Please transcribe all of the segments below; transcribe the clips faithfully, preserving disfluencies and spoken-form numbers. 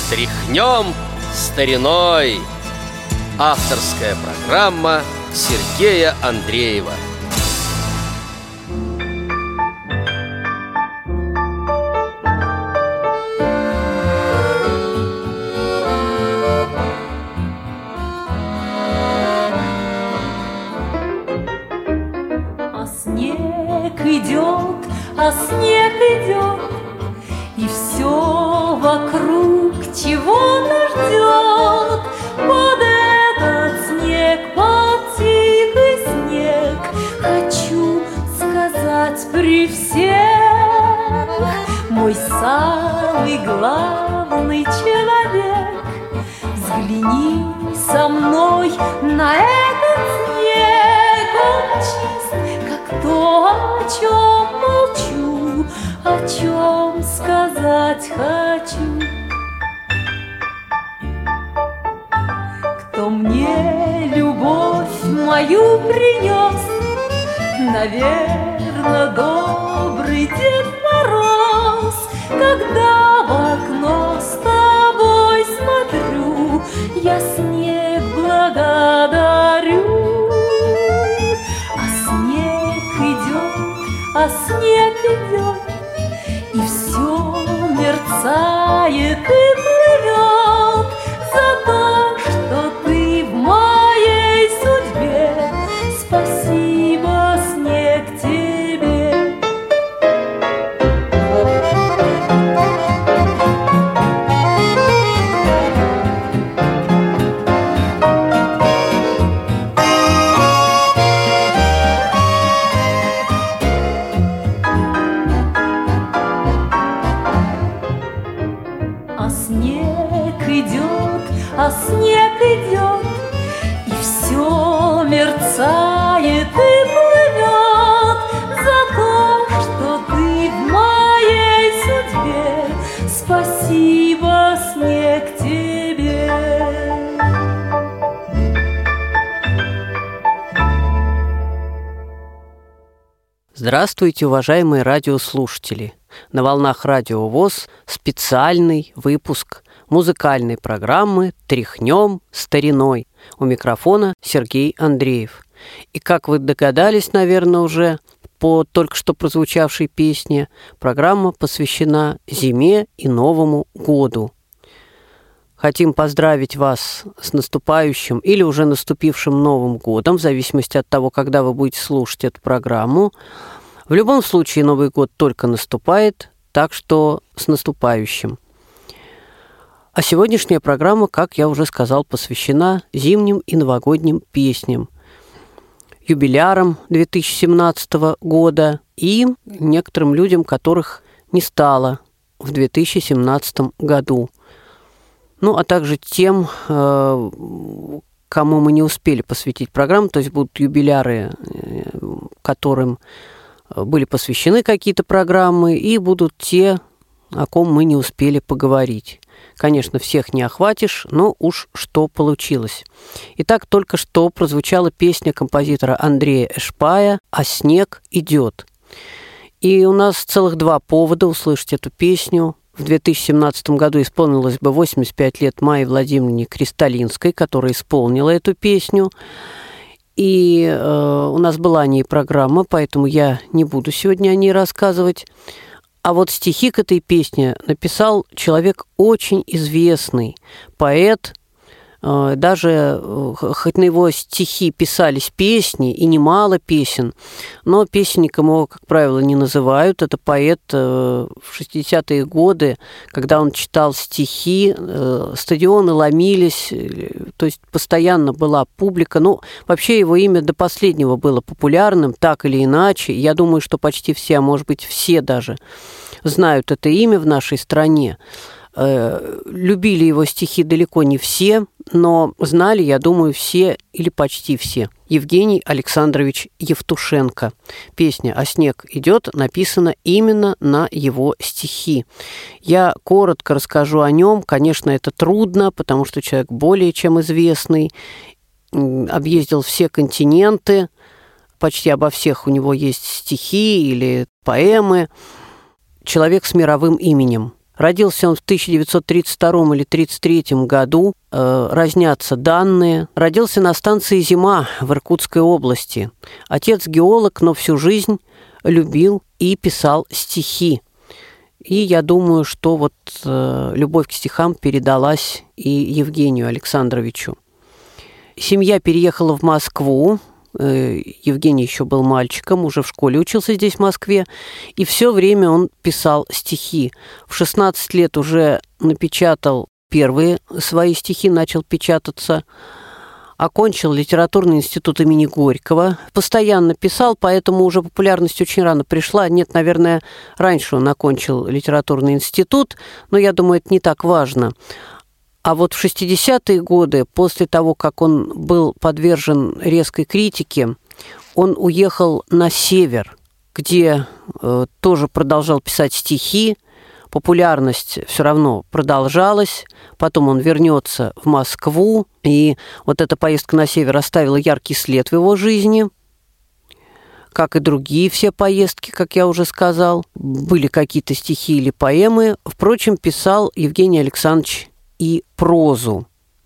Тряхнем стариной. Авторская программа Сергея Андреева. А снег идет, а снег идет, и все вокруг чего-то ждет. Под этот снег, под тихий снег, хочу сказать при всех: мой самый главный человек, взгляни со мной на этот снег. Он чист, как то, о чем молчу, о чем сказать хочу. Кто мне любовь мою принес, наверно, добрый Дед Мороз. Когда в окно с тобой смотрю, я снег благодарю. А снег идет, а снег идет, и все мерцает и плывет за то, что ты в моей судьбе. Спасибо, снег, тебе. А снег идет, а снег идет, и все мерцает и плывет за то, что ты в моей судьбе. Спасибо, снег, тебе. Здравствуйте, уважаемые радиослушатели! На волнах Радио ВОС специальный выпуск музыкальной программы «Тряхнем стариной». У микрофона Сергей Андреев. И как вы догадались, наверное, уже по только что прозвучавшей песне, программа посвящена зиме и Новому году. Хотим поздравить вас с наступающим или уже наступившим Новым годом, в зависимости от того, когда вы будете слушать эту программу. В любом случае, Новый год только наступает, так что с наступающим. А сегодняшняя программа, как я уже сказал, посвящена зимним и новогодним песням, юбилярам две тысячи семнадцатого года и некоторым людям, которых не стало в две тысячи семнадцатом году. Ну, а также тем, кому мы не успели посвятить программу, то есть будут юбиляры, которым были посвящены какие-то программы, и будут те, о ком мы не успели поговорить. Конечно, всех не охватишь, но уж что получилось. Итак, только что прозвучала песня композитора Андрея Эшпая «А снег идет». И у нас целых два повода услышать эту песню. В две тысячи семнадцатом году исполнилось бы восемьдесят пять лет Майе Владимировне Кристалинской, которая исполнила эту песню. И э, у нас была о ней программа, поэтому я не буду сегодня о ней рассказывать. А вот стихи к этой песне написал человек очень известный, поэт. Даже, хоть на его стихи писались песни, и немало песен, но песенником его, как правило, не называют. Это поэт в шестидесятые годы, когда он читал стихи, стадионы ломились, то есть постоянно была публика. Ну, вообще его имя до последнего было популярным, так или иначе. Я думаю, что почти все, а может быть все даже, знают это имя в нашей стране. Любили его стихи далеко не все, но знали, я думаю, все или почти все. Евгений Александрович Евтушенко. Песня «А снег идет» написана именно на его стихи. Я коротко расскажу о нем. Конечно, это трудно, потому что человек более чем известный, объездил все континенты, почти обо всех у него есть стихи или поэмы. Человек с мировым именем. Родился он в тысяча девятьсот тридцать втором или тридцать третьем году, э, разнятся данные. Родился на станции «Зима» в Иркутской области. Отец геолог, но всю жизнь любил и писал стихи. И я думаю, что вот э, любовь к стихам передалась и Евгению Александровичу. Семья переехала в Москву. Евгений еще был мальчиком, уже в школе учился здесь, в Москве, и все время он писал стихи. В шестнадцать лет уже напечатал первые свои стихи, начал печататься. Окончил литературный институт имени Горького. Постоянно писал, поэтому уже популярность очень рано пришла. Нет, наверное, раньше он окончил литературный институт, но я думаю, это не так важно. А вот в шестидесятые годы, после того, как он был подвержен резкой критике, он уехал на север, где э, тоже продолжал писать стихи. Популярность все равно продолжалась. Потом он вернется в Москву, и вот эта поездка на север оставила яркий след в его жизни, как и другие все поездки, как я уже сказал. Были какие-то стихи или поэмы. Впрочем, писал Евгений Александрович и прозу.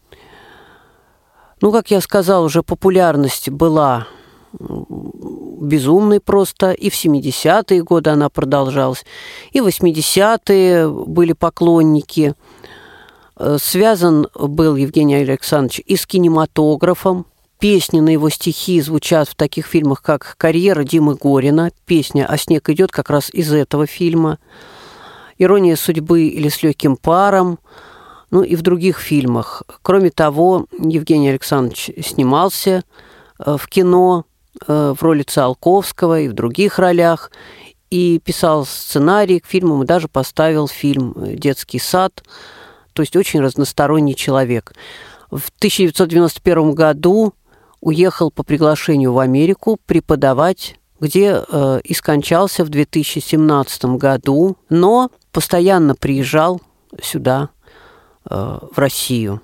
Ну, как я сказал, уже популярность была безумной просто, и в семидесятые годы она продолжалась, и в восьмидесятые были поклонники. Связан был Евгений Александрович и с кинематографом. Песни на его стихи звучат в таких фильмах, как «Карьера» Димы Горина. Песня «А снег идет» как раз из этого фильма. «Ирония судьбы» или «С легким паром». Ну и в других фильмах. Кроме того, Евгений Александрович снимался в кино в роли Циолковского и в других ролях, и писал сценарий к фильмам, и даже поставил фильм «Детский сад». То есть очень разносторонний человек. В тысяча девятьсот девяносто первом году уехал по приглашению в Америку преподавать, где э, и скончался в две тысячи семнадцатом году, но постоянно приезжал сюда, э, в Россию.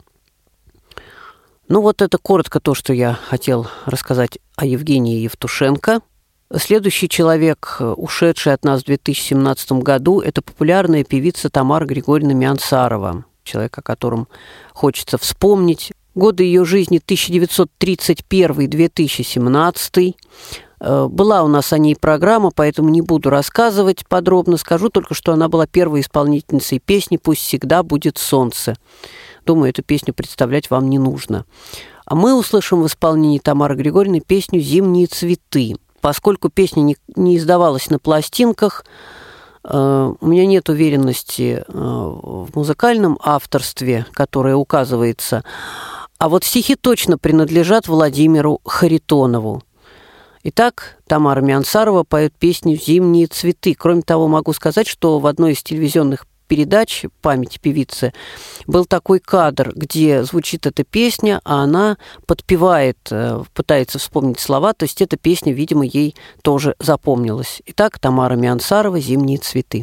Ну вот это коротко то, что я хотел рассказать о Евгении Евтушенко. Следующий человек, ушедший от нас в две тысячи семнадцатом году, это популярная певица Тамара Григорьевна Миансарова, человек, о котором хочется вспомнить. Годы ее жизни тысяча девятьсот тридцать первый — две тысячи семнадцатый. Была у нас о ней программа, поэтому не буду рассказывать подробно. Скажу только, что она была первой исполнительницей песни «Пусть всегда будет солнце». Думаю, эту песню представлять вам не нужно. А мы услышим в исполнении Тамары Григорьевны песню «Зимние цветы». Поскольку песня не, не издавалась на пластинках, э, у меня нет уверенности э, в музыкальном авторстве, которое указывается. А вот стихи точно принадлежат Владимиру Харитонову. Итак, Тамара Миансарова поет песню «Зимние цветы». Кроме того, могу сказать, что в одной из телевизионных передач «Память певицы» был такой кадр, где звучит эта песня, а она подпевает, пытается вспомнить слова, то есть эта песня, видимо, ей тоже запомнилась. Итак, Тамара Миансарова «Зимние цветы».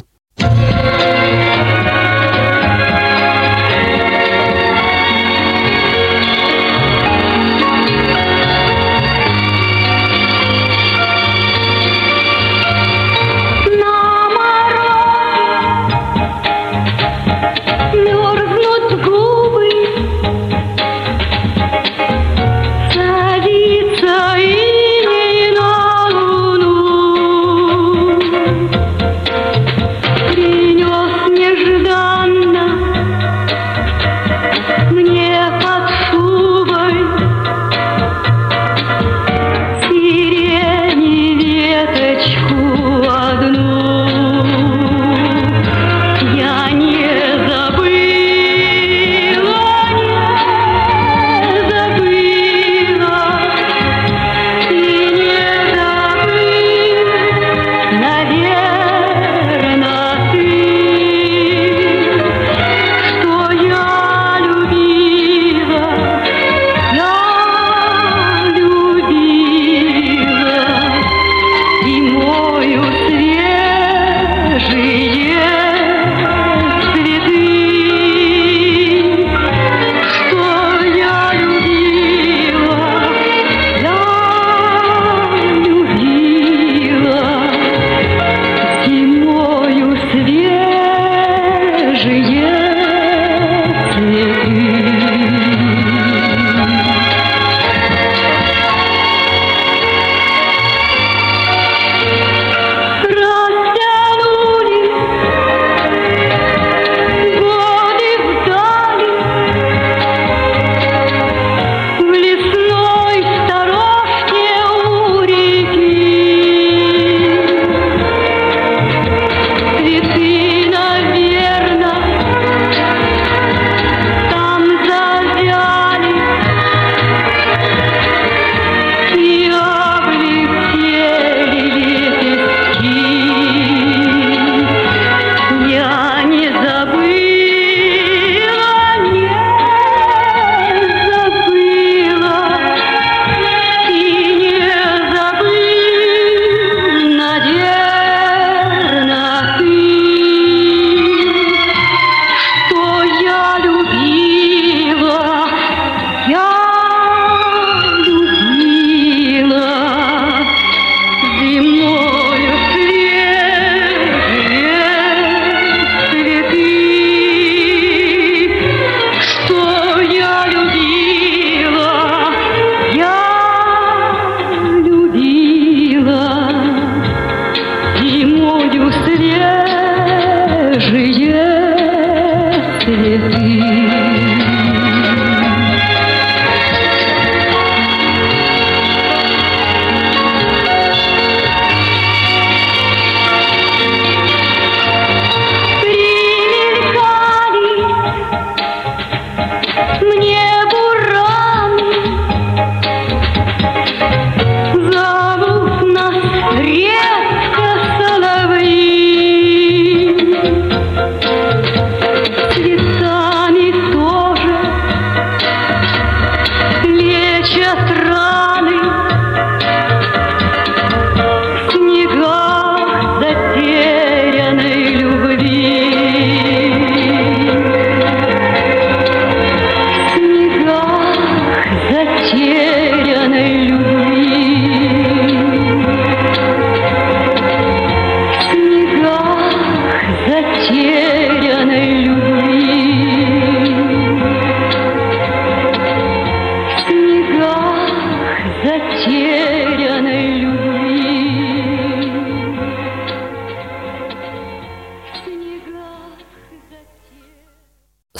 Thank you.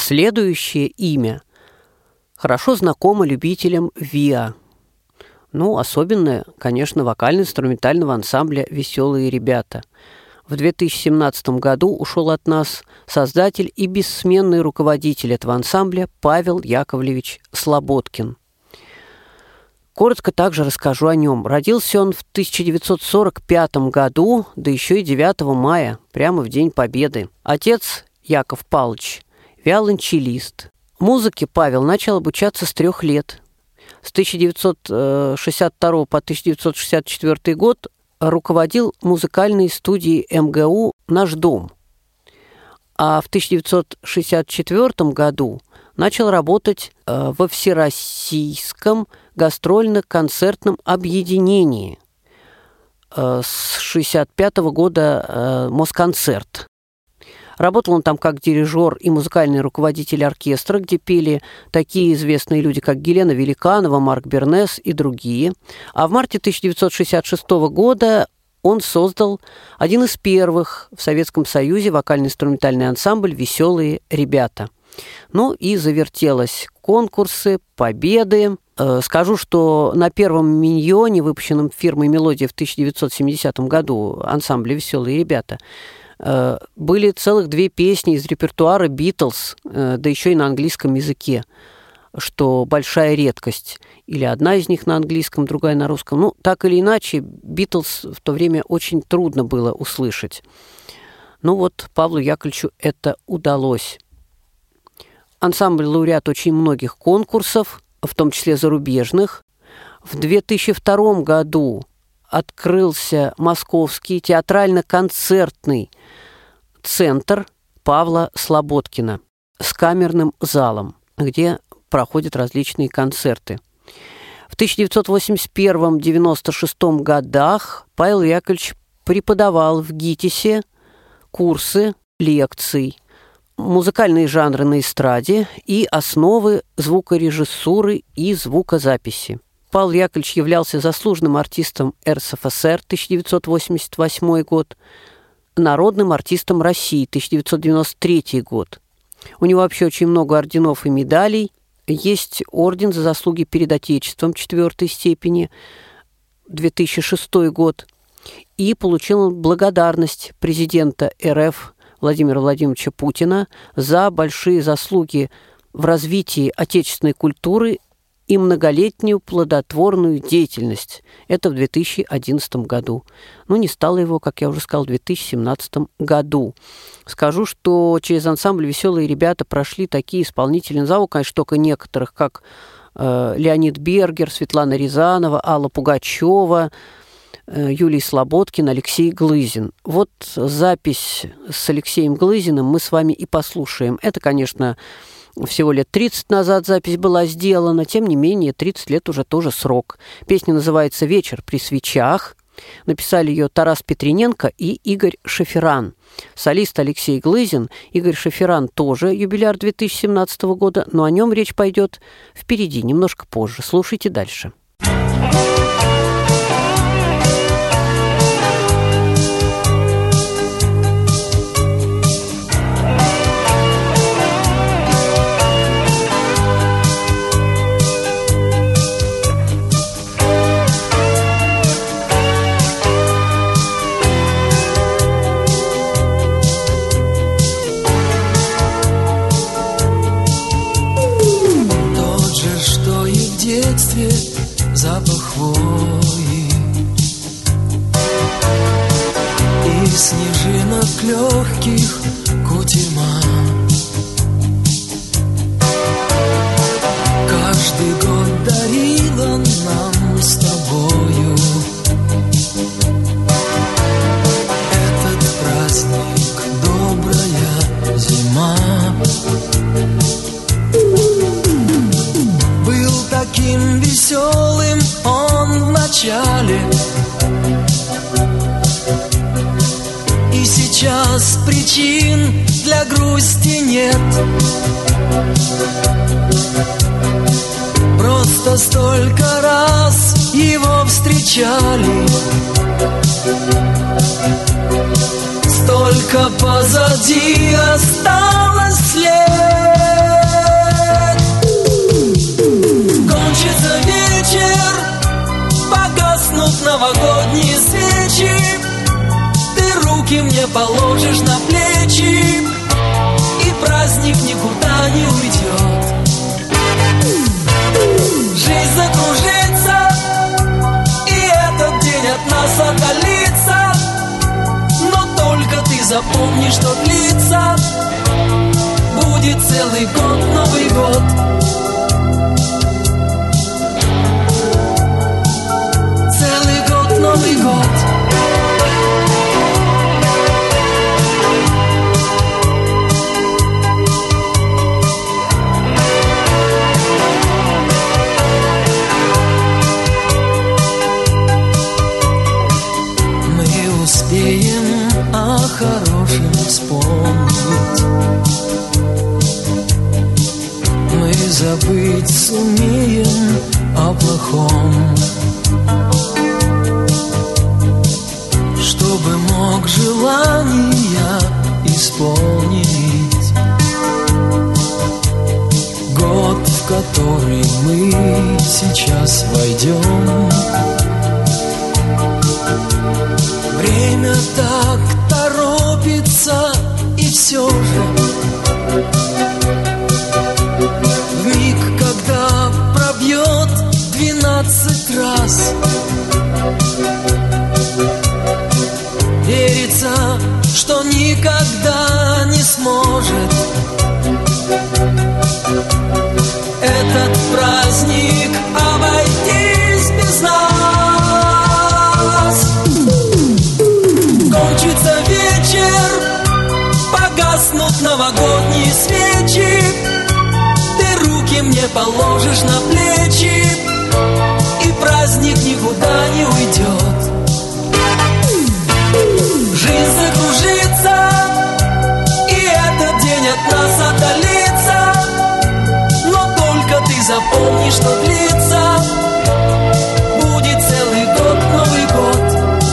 Следующее имя хорошо знакомо любителям ВИА. Ну, особенно, конечно, вокально-инструментального ансамбля «Веселые ребята». В две тысячи семнадцатом году ушел от нас создатель и бессменный руководитель этого ансамбля Павел Яковлевич Слободкин. Коротко также расскажу о нем. Родился он в тысяча девятьсот сорок пятом году, да еще и девятого мая, прямо в День Победы. Отец Яков Павлович – виолончелист. Музыке Павел начал обучаться с трех лет. С тысяча девятьсот шестьдесят второго по тысяча девятьсот шестьдесят четвёртый год руководил музыкальной студией эм гэ у «Наш дом». А в тысяча девятьсот шестьдесят четвёртом году начал работать во Всероссийском гастрольно-концертном объединении. С шестьдесят пятого года «Москонцерт». Работал он там как дирижер и музыкальный руководитель оркестра, где пели такие известные люди, как Елена Великанова, Марк Бернес и другие. А в марте тысяча девятьсот шестьдесят шестого года он создал один из первых в Советском Союзе вокально-инструментальный ансамбль «Веселые ребята». Ну и завертелось конкурсы, победы. Скажу, что на первом миньоне, выпущенном фирмой «Мелодия» в тысяча девятьсот семидесятом году, ансамбля «Веселые ребята», были целых две песни из репертуара «Битлз», да еще и на английском языке, что большая редкость. Или одна из них на английском, другая на русском. Ну, так или иначе, «Битлз» в то время очень трудно было услышать. Ну вот, Павлу Яковлевичу это удалось. Ансамбль лауреат очень многих конкурсов, в том числе зарубежных. В две тысячи втором году открылся Московский театрально-концертный центр Павла Слободкина с камерным залом, где проходят различные концерты. В тысяча девятьсот восемьдесят первом — девяносто шестом годах Павел Яковлевич преподавал в ГИТИСе курсы лекций, музыкальные жанры на эстраде и основы звукорежиссуры и звукозаписи. Павел Яковлевич являлся заслуженным артистом эр эс эф эс эр тысяча девятьсот восемьдесят восьмой год, народным артистом России тысяча девятьсот девяносто третий год. У него вообще очень много орденов и медалей. Есть орден за заслуги перед Отечеством четвертой степени, две тысячи шестой год. И получил он благодарность президента эр эф Владимира Владимировича Путина за большие заслуги в развитии отечественной культуры и многолетнюю плодотворную деятельность. Это в две тысячи одиннадцатом году. Ну, не стало его, как я уже сказал, в две тысячи семнадцатом году. Скажу, что через ансамбль «Веселые ребята» прошли такие исполнители, назову, конечно, только некоторых, как э, Леонид Бергер, Светлана Рязанова, Алла Пугачева, э, Юлий Слободкин, Алексей Глызин. Вот запись с Алексеем Глызиным мы с вами и послушаем. Это, конечно, всего лет тридцать назад запись была сделана, тем не менее, тридцать лет уже тоже срок. Песня называется «Вечер при свечах». Написали ее Тарас Петрененко и Игорь Шеферан. Солист Алексей Глызин. Игорь Шеферан тоже юбиляр две тысячи семнадцатого года, но о нем речь пойдет впереди, немножко позже. Слушайте дальше. Запах хвои и снежинок легких кутерьма. Каждый год дарила нам с тобою этот праздник, добрая зима. Был таким веселым он в начале, и сейчас причин для грусти нет. Просто столько раз его встречали, столько позади осталось лет. положишь на плечи, и праздник никуда не уйдет. Жизнь закружится, и этот день от нас отдалится, но только ты запомни, что длится будет целый год, Новый год. Целый год, Новый год. Мы успеем о хорошем вспомнить, мы забыть сумеем о плохом, чтобы мог желания исполнить. Год, в который мы сейчас войдем. Время так торопится, и все же в миг, когда пробьет двенадцать раз, верится, что никогда не сможет этот праздник обойтись без нас. Кончится вечер, погаснут новогодние свечи, ты руки мне положишь на плечи, и праздник никуда не уйдет. Жизнь закружится, и этот день от нас отдалится, но только ты запомни, что длится будет целый год, Новый год.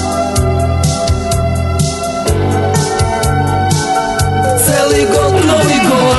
Целый год, Новый год.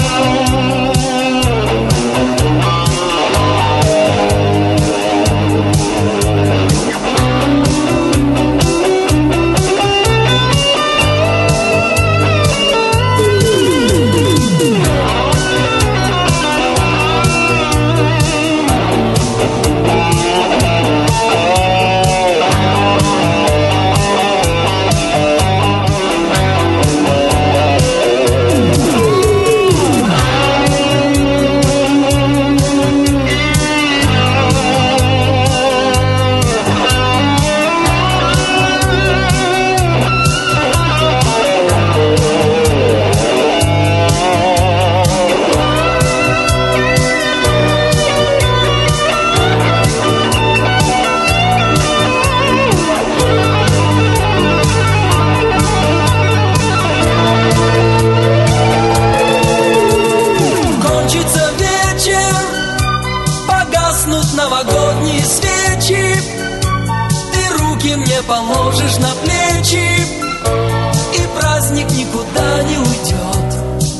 Положишь на плечи, и праздник никуда не уйдет.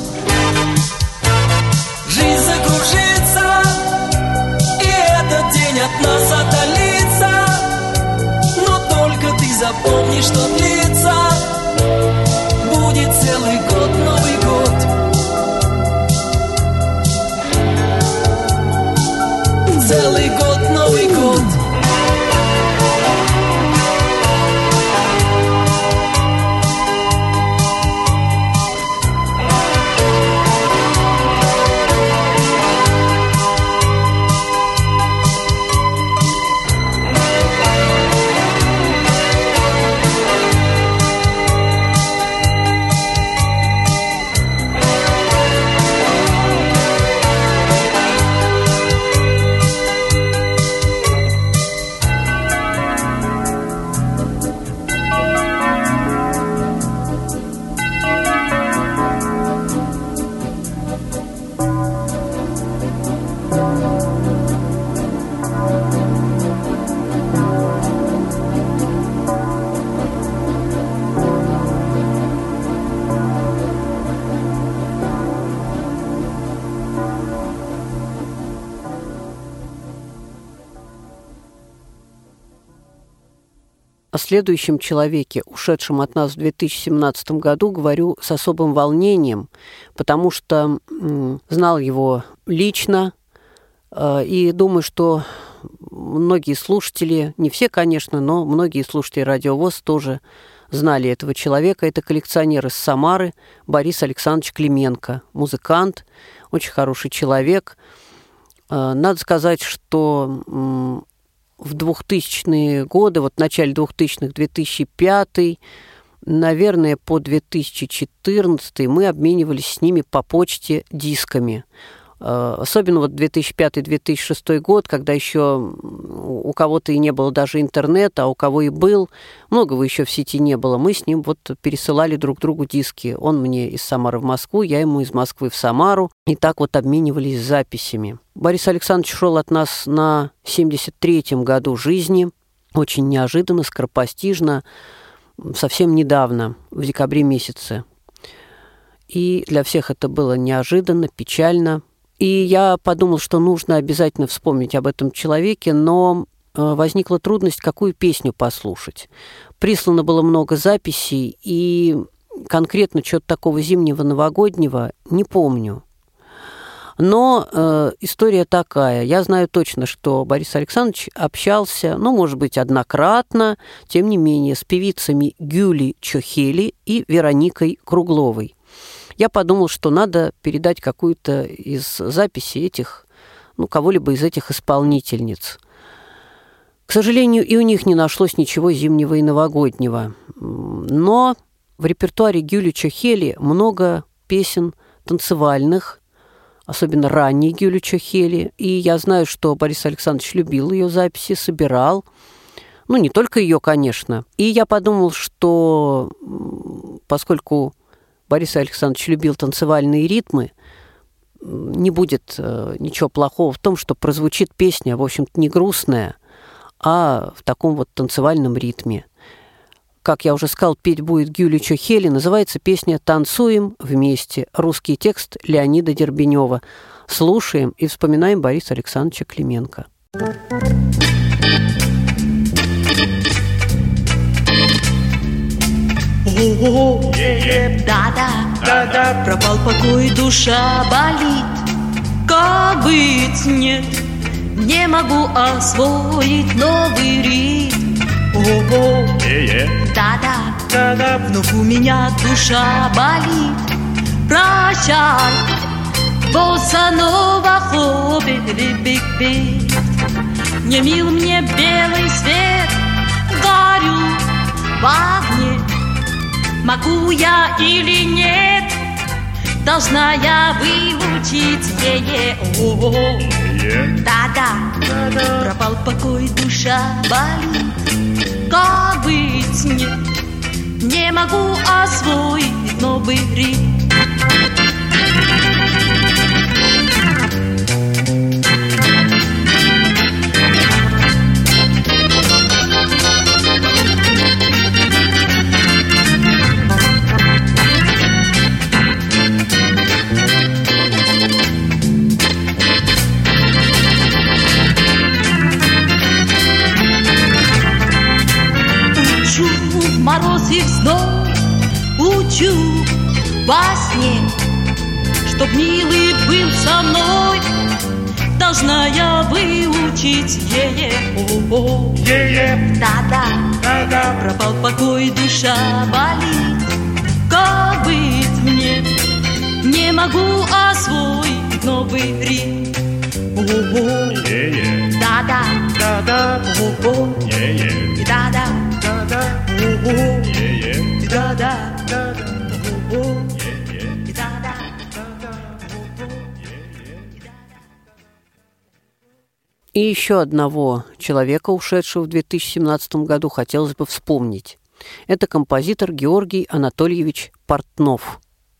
Жизнь закружится, и этот день от нас отдалится, но только ты запомни, что длится будет целый год, Новый год. Целый год, Новый год. о следующем человеке, ушедшем от нас в две тысячи семнадцатом году, говорю с особым волнением, потому что м, знал его лично, э, и думаю, что многие слушатели, не все, конечно, но многие слушатели Радио ВОС тоже знали этого человека. Это коллекционер из Самары Борис Александрович Клименко, музыкант, очень хороший человек. Э, надо сказать, что м, в двухтысячные годы, вот в начале двухтысячных, две тысячи пятый, наверное, по две тысячи четырнадцатый мы обменивались с ними по почте дисками. Особенно вот две тысячи пятый — две тысячи шестой год, когда еще у кого-то и не было даже интернета, а у кого и был, многого еще в сети не было, мы с ним вот пересылали друг другу диски. Он мне из Самары в Москву, я ему из Москвы в Самару. И так вот обменивались записями. Борис Александрович шел от нас на семьдесят третьем году жизни, очень неожиданно, скоропостижно, совсем недавно, в декабре месяце. И для всех это было неожиданно, печально. И я подумал, что нужно обязательно вспомнить об этом человеке, но возникла трудность, какую песню послушать. Прислано было много записей, и конкретно чего-то такого зимнего, новогоднего не помню. Но э, история такая. Я знаю точно, что Борис Александрович общался, ну, может быть, однократно, тем не менее, с певицами Гюли Чохели и Вероникой Кругловой. Я подумал, что надо передать какую-то из записей этих, ну, кого-либо из этих исполнительниц. К сожалению, и у них не нашлось ничего зимнего и новогоднего. Но в репертуаре Гюли Чохели много песен танцевальных, особенно ранней Гюли Чохели. И я знаю, что Борис Александрович любил ее записи, собирал. Ну, не только ее, конечно. И я подумал, что поскольку Борис Александрович любил танцевальные ритмы, не будет э, ничего плохого в том, что прозвучит песня, в общем-то, не грустная, а в таком вот танцевальном ритме. Как я уже сказал, петь будет Гюли Чохели. Называется песня «Танцуем вместе». Русский текст Леонида Дербенева. Слушаем и вспоминаем Бориса Александровича Клименко. О, да-да, да-да, пропал покой, душа болит. Как быть, нет, не могу освоить новый ритм. О, да-да, да-да, вновь у меня душа болит. Прощай, босса-нова, хобби-би-би-би. Не мил мне белый свет, горю в огне. Могу я или нет, должна я выучить е-е. О-о-о. Да-да, пропал покой, душа болит. Как быть, нет, не могу освоить новый ритм. Мороз и зной учу во сне, чтоб милый был со мной, должна я выучить е-е. О-о. Е-е. Да-да, да-да, пропал покой, душа болит. Как быть мне, не могу освоить новый ритм. О-о. Е-е. Да-да, да-да, о-о. Е-е. Да-да, да-да. И еще одного человека, ушедшего в две тысячи семнадцатом году, хотелось бы вспомнить. Это композитор Георгий Анатольевич Портнов.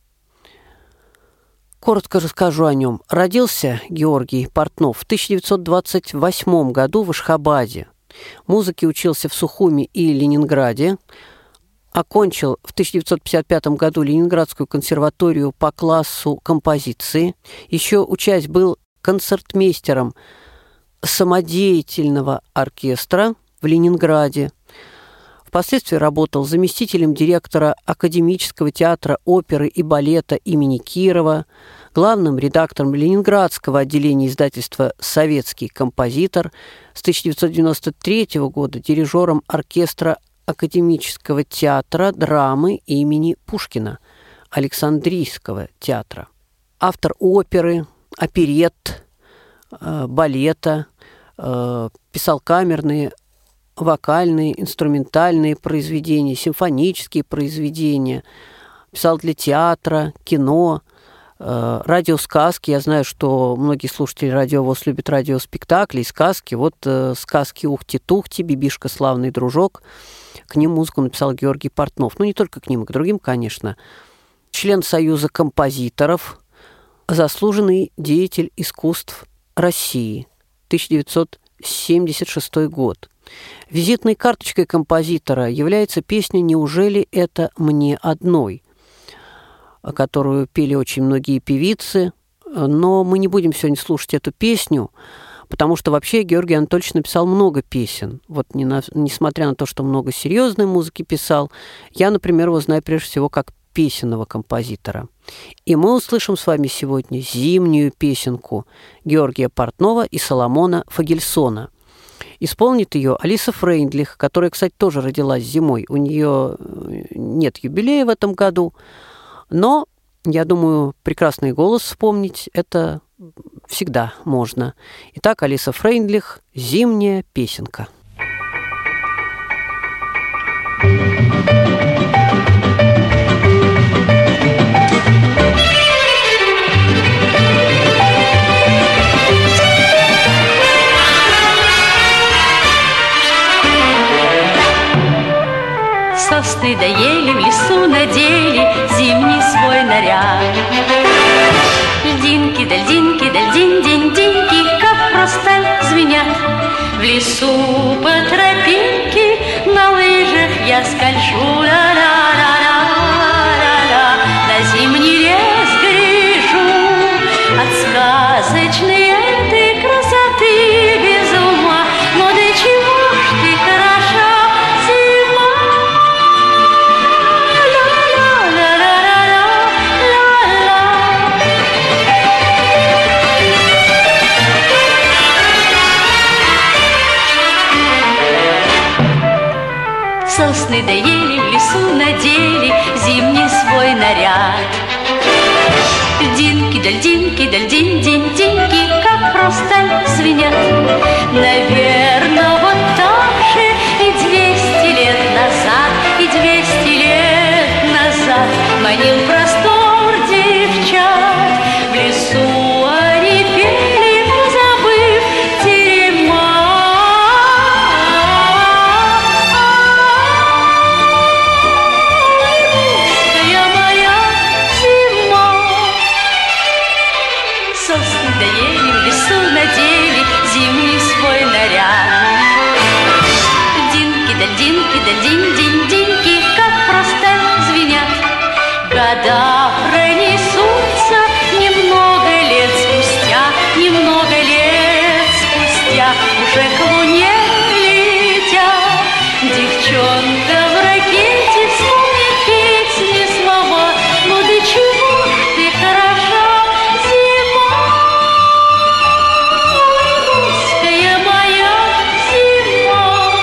Коротко расскажу о нем. Родился Георгий Портнов в тысяча девятьсот двадцать восьмом году в Ашхабаде. Музыке учился в Сухуми и Ленинграде. Окончил в тысяча девятьсот пятьдесят пятом году Ленинградскую консерваторию по классу композиции. Еще учась был Впоследствии работал заместителем директора Академического театра оперы и балета имени Кирова, главным редактором Ленинградского отделения издательства «Советский композитор», с тысяча девятьсот девяносто третьего года дирижером оркестра Академического театра драмы имени Пушкина, Александрийского театра. Автор оперы, оперетт, балета, писал камерные, вокальные, инструментальные произведения, симфонические произведения, писал для театра, кино, радиосказки. Я знаю, что многие слушатели Радио ВОС любят радиоспектакли и сказки. Вот сказки «Ухти-тухти», «Бибишка, славный дружок». К ним музыку написал Георгий Портнов. Ну, не только к ним, и к другим, конечно. Член Союза композиторов, заслуженный деятель искусств России, тысяча девятьсот семьдесят шестой год. Визитной карточкой композитора является песня «Неужели это мне одной?», которую пели очень многие певицы. Но мы не будем сегодня слушать эту песню, потому что вообще Георгий Анатольевич написал много песен. Вот не на, несмотря на то, что много серьезной музыки писал, я, например, его знаю прежде всего как песенного композитора. И мы услышим с вами сегодня зимнюю песенку Георгия Портнова и Соломона Фагельсона. Исполнит ее Алиса Фрейндлих, которая, кстати, тоже родилась зимой. У нее нет юбилея в этом году, но, я думаю, прекрасный голос вспомнить это всегда можно. Итак, Алиса Фрейндлих, «Зимняя песенка». Сосны да ели в лесу надели зимний свой наряд. Льдинки да льдинки да льдин-динь-диньки, как хрусталь звенят. В лесу по тропинке на лыжах я скольжу, ла-ла-ла-ла-ла-ла, на зимний лес гляжу. От сказочной этой красоты без ума, но до чего ж ты хороша, зима. Сосны да ели в лесу надели зимний свой наряд. Льдинки да льдинки да льдин-динь-диньки, как хрусталь звенят. Наверно, вот так же и двести лет назад, и двести лет назад манил простор девчат. В лесу они пели, позабыв терема. Русская моя зима. Сосны да ели в лесу надели зимний свой наряд. Льдинки да льдинки да льдин-динь-диньки, как хрусталь звенят. Года пронесутся немного лет спустя, немного лет спустя уже к луне летят. Девчонка в ракете вспомнит песни слова, но до чего ж ты хороша, зима. Русская моя зима.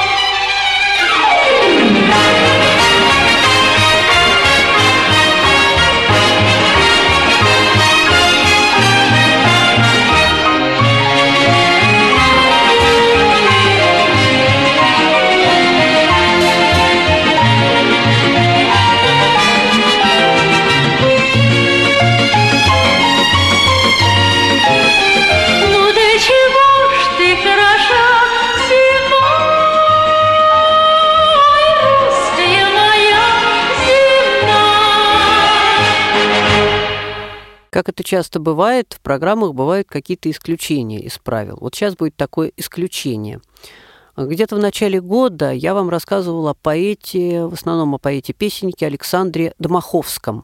Ну до чего ж ты хороша, зима. Русская моя зима. Как это часто бывает, в программах бывают какие-то исключения из правил. Вот сейчас будет такое исключение. Где-то в начале года я вам рассказывала о поэте, в основном о поэте-песеннике Александре Домаховском.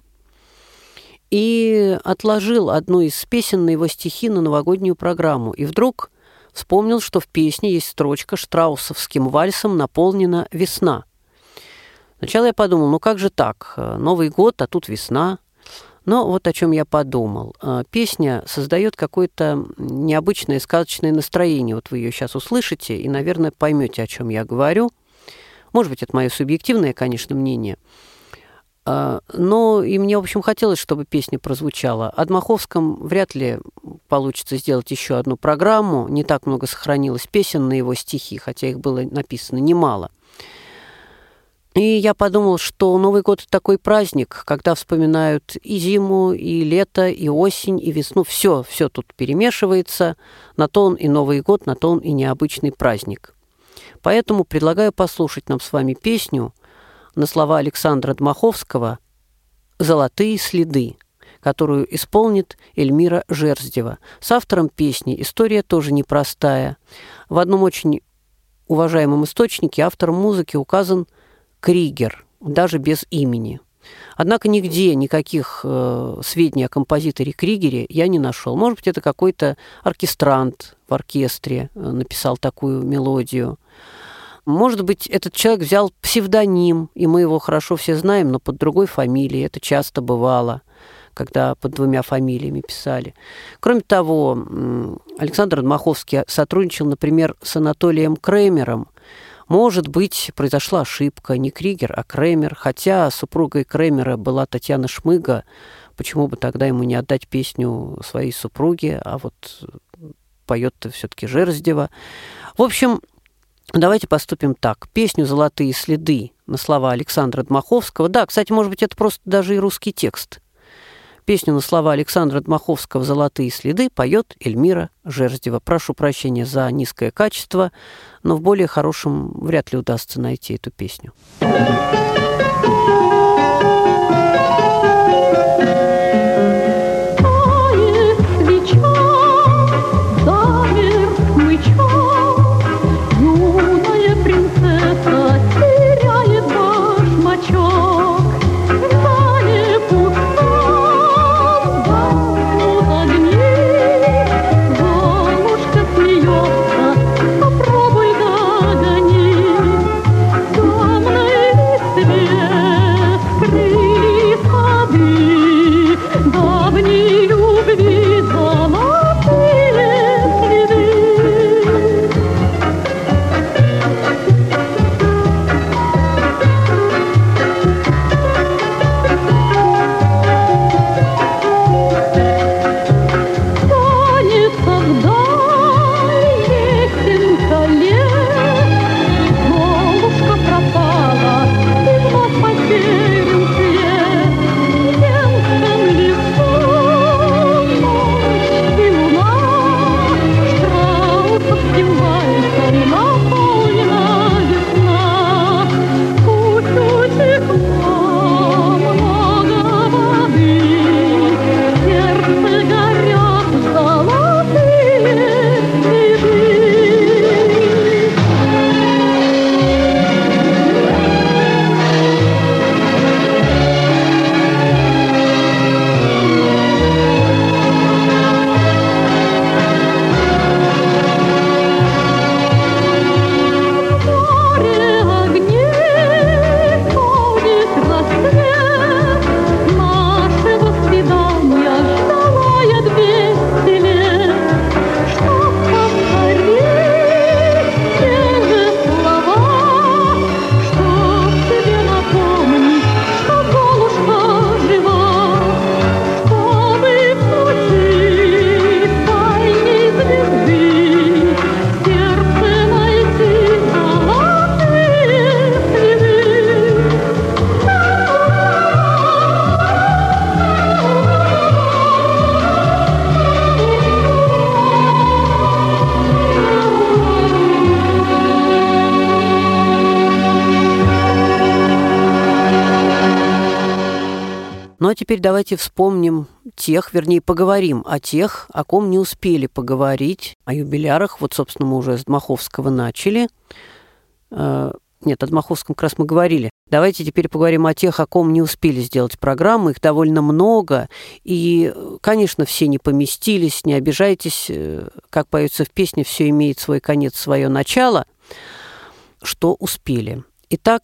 И отложил одну из песен на его стихи на новогоднюю программу. И вдруг вспомнил, что в песне есть строчка: «Штраусовским вальсом наполнена весна». Сначала я подумал, ну как же так? Новый год, а тут весна. Но вот о чем я подумал. Песня создает какое-то необычное сказочное настроение. Вот вы ее сейчас услышите и, наверное, поймете, о чем я говорю. Может быть, это мое субъективное, конечно, мнение. Но и мне, в общем, хотелось, чтобы песня прозвучала. О Дмаховском вряд ли получится сделать еще одну программу. Не так много сохранилось песен на его стихи, хотя их было написано немало. И я подумал, что Новый год – такой праздник, когда вспоминают и зиму, и лето, и осень, и весну. Все, все тут перемешивается. На то он и Новый год, на то он и необычный праздник. Поэтому предлагаю послушать нам с вами песню на слова Александра Дмаховского «Золотые следы», которую исполнит Эльмира Жерздева. С автором песни история тоже непростая. В одном очень уважаемом источнике автором музыки указан Кригер, даже без имени. Однако нигде никаких э, сведений о композиторе Кригере я не нашел. Может быть, это какой-то оркестрант в оркестре э, написал такую мелодию. Может быть, этот человек взял псевдоним, и мы его хорошо все знаем, но под другой фамилией. Это часто бывало, когда под двумя фамилиями писали. Кроме того, Александр Дмаховский сотрудничал, например, с Анатолием Кремером. Может быть, произошла ошибка, не Кригер, а Кремер, хотя супругой Кремера была Татьяна Шмыга. Почему бы тогда ему не отдать песню своей супруге, а вот поет-то все-таки Жерздева. В общем, давайте поступим так. Песню «Золотые следы» на слова Александра Дмаховского. Да, кстати, может быть, это просто даже и русский текст. Песню на слова Александра Дмаховского «Золотые следы» поет Эльмира Жерздева. Прошу прощения за низкое качество, но в более хорошем вряд ли удастся найти эту песню. Ну а теперь давайте вспомним тех, вернее, поговорим о тех, о ком не успели поговорить, о юбилярах. Вот, собственно, мы уже с Дмаховского начали. Нет, о Дмаховском как раз мы говорили. Давайте теперь поговорим о тех, о ком не успели сделать программу. Их довольно много. И, конечно, все не поместились. Не обижайтесь. Как поется в песне, все имеет свой конец, свое начало. Что успели. Итак,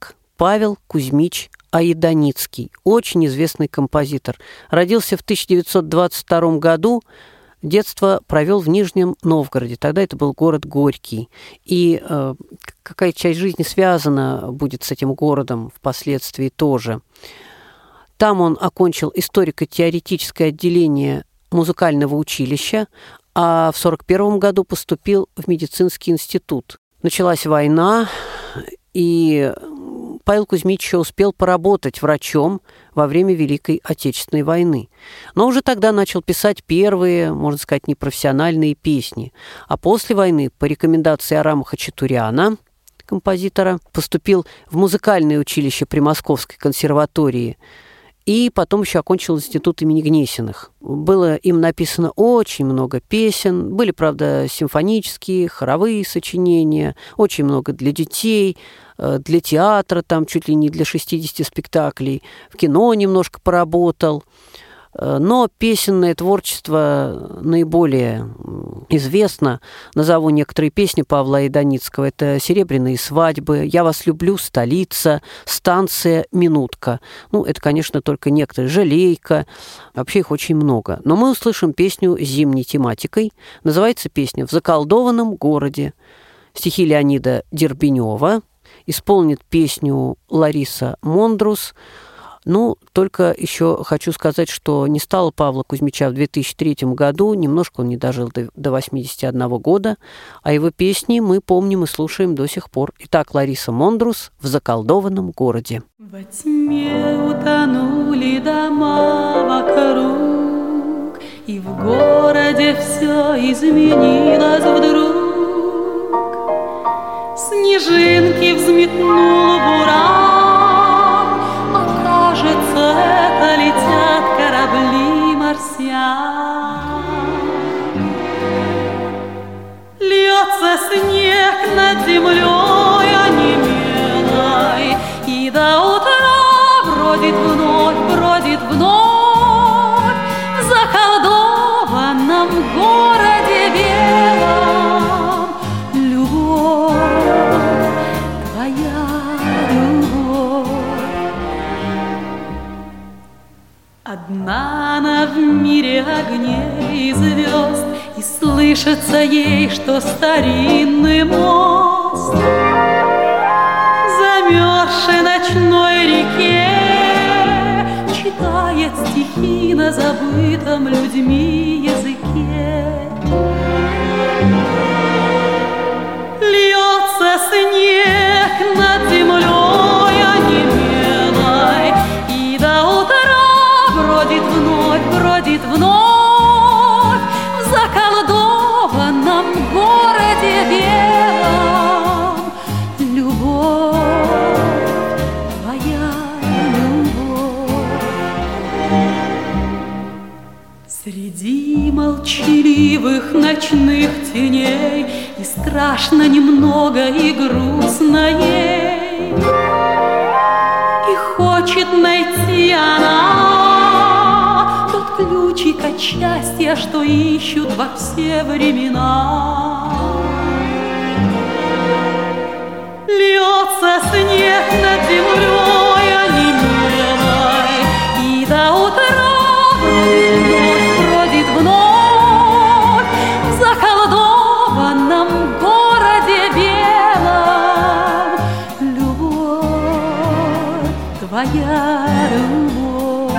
Павел Кузьмич Айданицкий, очень известный композитор. Родился в тысяча девятьсот двадцать втором году, детство провел в Нижнем Новгороде, тогда это был город Горький. И э, какая часть жизни связана будет с этим городом впоследствии тоже. Там он окончил историко-теоретическое отделение музыкального училища, а в сорок первом году поступил в медицинский институт. Началась война, и Павел Кузьмич еще успел поработать врачом во время Великой Отечественной войны. Но уже тогда начал писать первые, можно сказать, непрофессиональные песни. А после войны, по рекомендации Арама Хачатуряна, композитора, поступил в музыкальное училище при Московской консерватории и потом еще окончил институт имени Гнесиных. Было им написано очень много песен. Были, правда, симфонические, хоровые сочинения, очень много для детей, для театра, там чуть ли не для шестидесяти спектаклей. В кино немножко поработал. Но песенное творчество наиболее известно. Назову некоторые песни Павла Айданицкого. Это «Серебряные свадьбы», «Я вас люблю», «Столица», «Станция», «Минутка». Ну, это, конечно, только некоторые. «Жалейка». Вообще их очень много. Но мы услышим песню с зимней тематикой. Называется песня «В заколдованном городе». Стихи Леонида Дербенева. Исполнит песню Лариса Мондрус. Ну, только еще хочу сказать, что не стало Павла Кузьмича в две тысячи третьем году, немножко он не дожил до, до восьмидесяти одного года, а его песни мы помним и слушаем до сих пор. Итак, Лариса Мондрус «В заколдованном городе». Во тьме утонули дома вокруг, и в городе все изменилось вдруг. Снежинки взметнул буран, кажется, это летят корабли марсиан. Льется снег над землей онемелой, и до утра бродит вновь, бродит вновь в заколдованном городе белом. Любовь, твоя любовь. Одна она в мире огней и звезд, и слышится ей, что старинный мост замерзшей ночной реке читает стихи на забытом людьми языке. Льется снег над землей онемелой, и до утра бродит вновь, бродит вновь в заколдованном городе белом. Любовь, твоя любовь. Среди молчаливых ночных теней и страшно немного, и грустно ей, и хочет найти она тот ключик от счастья, что ищут во все времена. Льется снег над землей онемелой, и до утра бродит вновь, бродит вновь в заколдованном городе белом. Любовь, твоя любовь.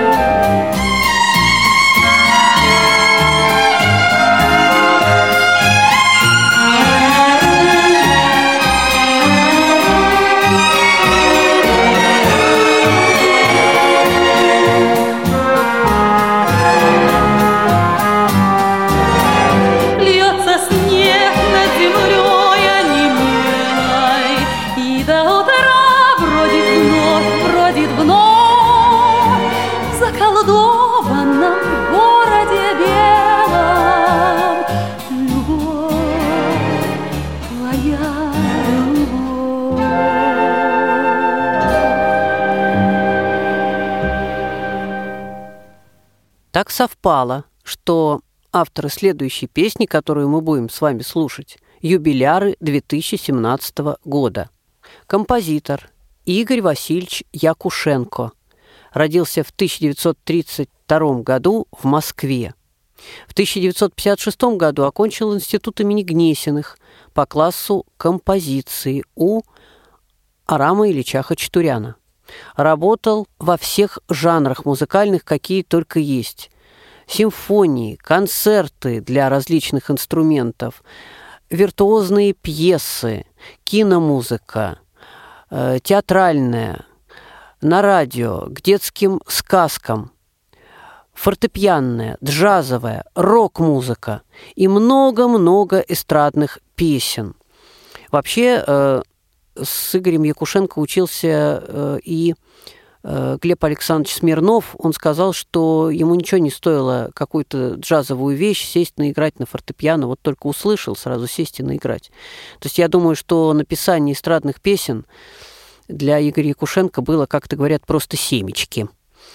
Так совпало, что авторы следующей песни, которую мы будем с вами слушать, юбиляры две тысячи семнадцатого года. Композитор Игорь Васильевич Якушенко. Родился в тысяча девятьсот тридцать втором году в Москве. В тысяча девятьсот пятьдесят шестом году окончил институт имени Гнесиных по классу композиции у Арама Ильича Хачатуряна. Работал во всех жанрах музыкальных, какие только есть. Симфонии, концерты для различных инструментов, виртуозные пьесы, киномузыка, э, театральная, на радио, к детским сказкам, фортепианная, джазовая, рок-музыка и много-много эстрадных песен. Вообще, э, с Игорем Якушенко учился э, и э, Глеб Александрович Смирнов. Он сказал, что ему ничего не стоило какую-то джазовую вещь сесть наиграть на фортепиано. Вот только услышал, сразу сесть и наиграть. То есть я думаю, что написание эстрадных песен для Игоря Якушенко было, как-то говорят, просто семечки.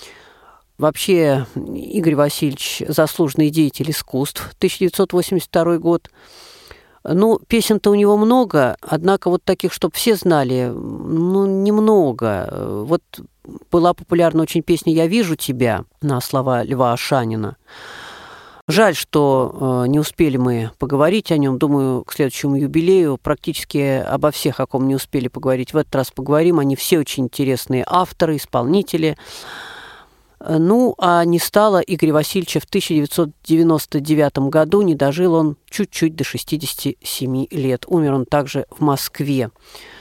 Вообще, Игорь Васильевич – заслуженный деятель искусств, тысяча девятьсот восемьдесят второй год. Ну, песен-то у него много, однако вот таких, чтобы все знали, ну, немного. Вот была популярна очень песня «Я вижу тебя» на слова Льва Ашанина. Жаль, что не успели мы поговорить о нем. Думаю, к следующему юбилею практически обо всех, о ком не успели поговорить, в этот раз поговорим. Они все очень интересные авторы, исполнители. Ну, а не стало Игоря Васильевича в тысяча девятьсот девяносто девятом году, не дожил он чуть-чуть до шестидесяти семи лет. Умер он также в Москве.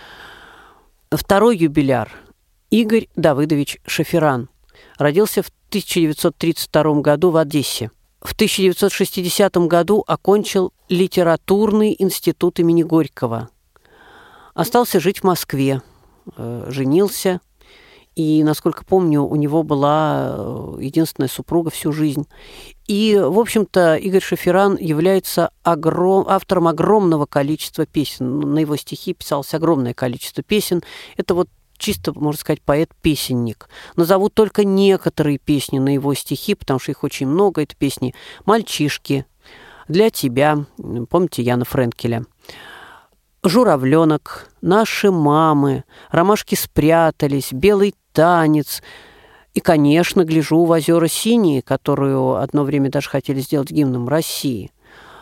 Второй юбиляр – Игорь Давыдович Шаферан. Родился в тысяча девятьсот тридцать втором году в Одессе. В тысяча девятьсот шестидесятом году окончил литературный институт имени Горького. Остался жить в Москве, э, женился. И, насколько помню, у него была единственная супруга всю жизнь. И, в общем-то, Игорь Шаферан является огром... автором огромного количества песен. На его стихи писалось огромное количество песен. Это вот чисто, можно сказать, поэт-песенник. Назову только некоторые песни на его стихи, потому что их очень много. Это песни «Мальчишки», «Для тебя», помните Яна Френкеля, «Журавленок», «Наши мамы», «Ромашки спрятались», «Белый танец». И, конечно, «Гляжу в озера синие», которую одно время даже хотели сделать гимном России.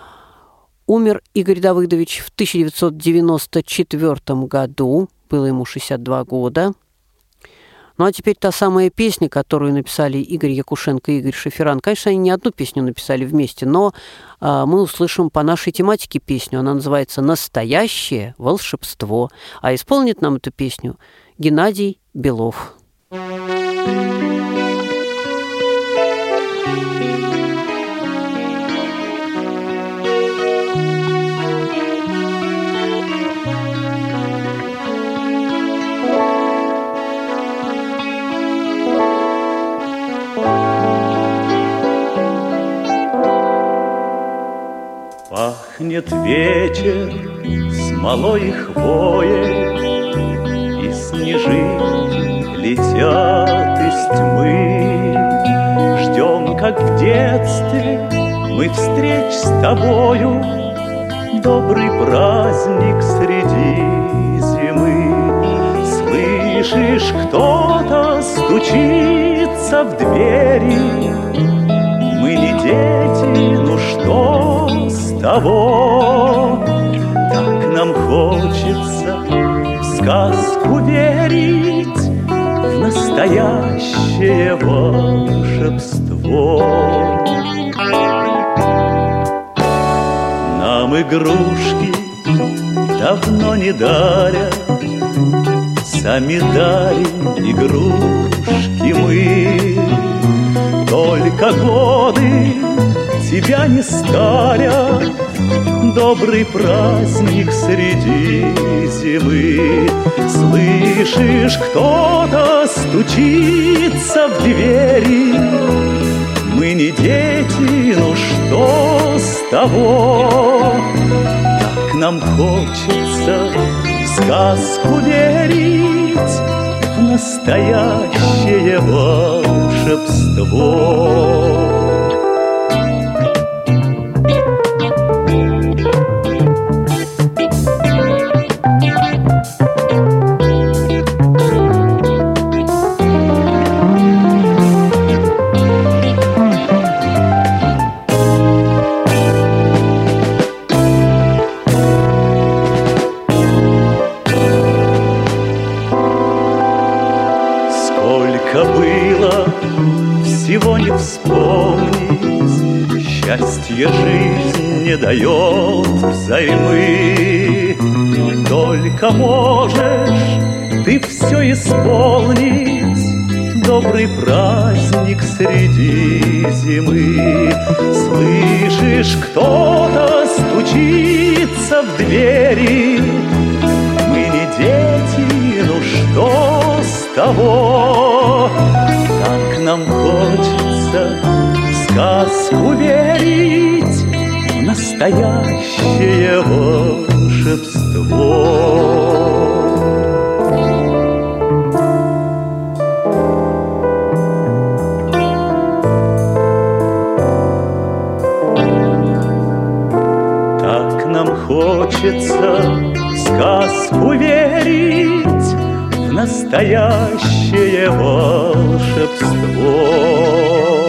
Умер Игорь Давыдович в тысяча девятьсот девяносто четвёртом году, было ему шестьдесят два года. Ну, а теперь та самая песня, которую написали Игорь Якушенко и Игорь Шаферан. Конечно, они не одну песню написали вместе, но а, мы услышим по нашей тематике песню. Она называется «Настоящее волшебство». А исполнит нам эту песню Геннадий Белов. Пахнет вечер смолой и хвоей, и снежинки летят из тьмы. Ждем, как в детстве, мы встреч с тобою, добрый праздник среди зимы. Слышишь, кто-то стучится в двери. Мы не дети, ну что с того? Так нам хочется в сказку верить, в настоящее волшебство. Нам игрушки давно не дарят, сами дарим игрушки мы. Только годы тебя не старят, добрый праздник среди зимы. Слышишь, кто-то стучится в двери. Мы не дети, ну что с того? Так нам хочется в сказку верить, в настоящее волшебство. его не вспомнить, счастье жизнь не дает взаймы. Только можешь ты все исполнить, добрый праздник среди зимы. Слышишь, кто-то стучится в двери. Мы не дети, ну что с того? Так нам хочется в сказку верить, в настоящее волшебство. Хочется в сказку верить, в настоящее волшебство.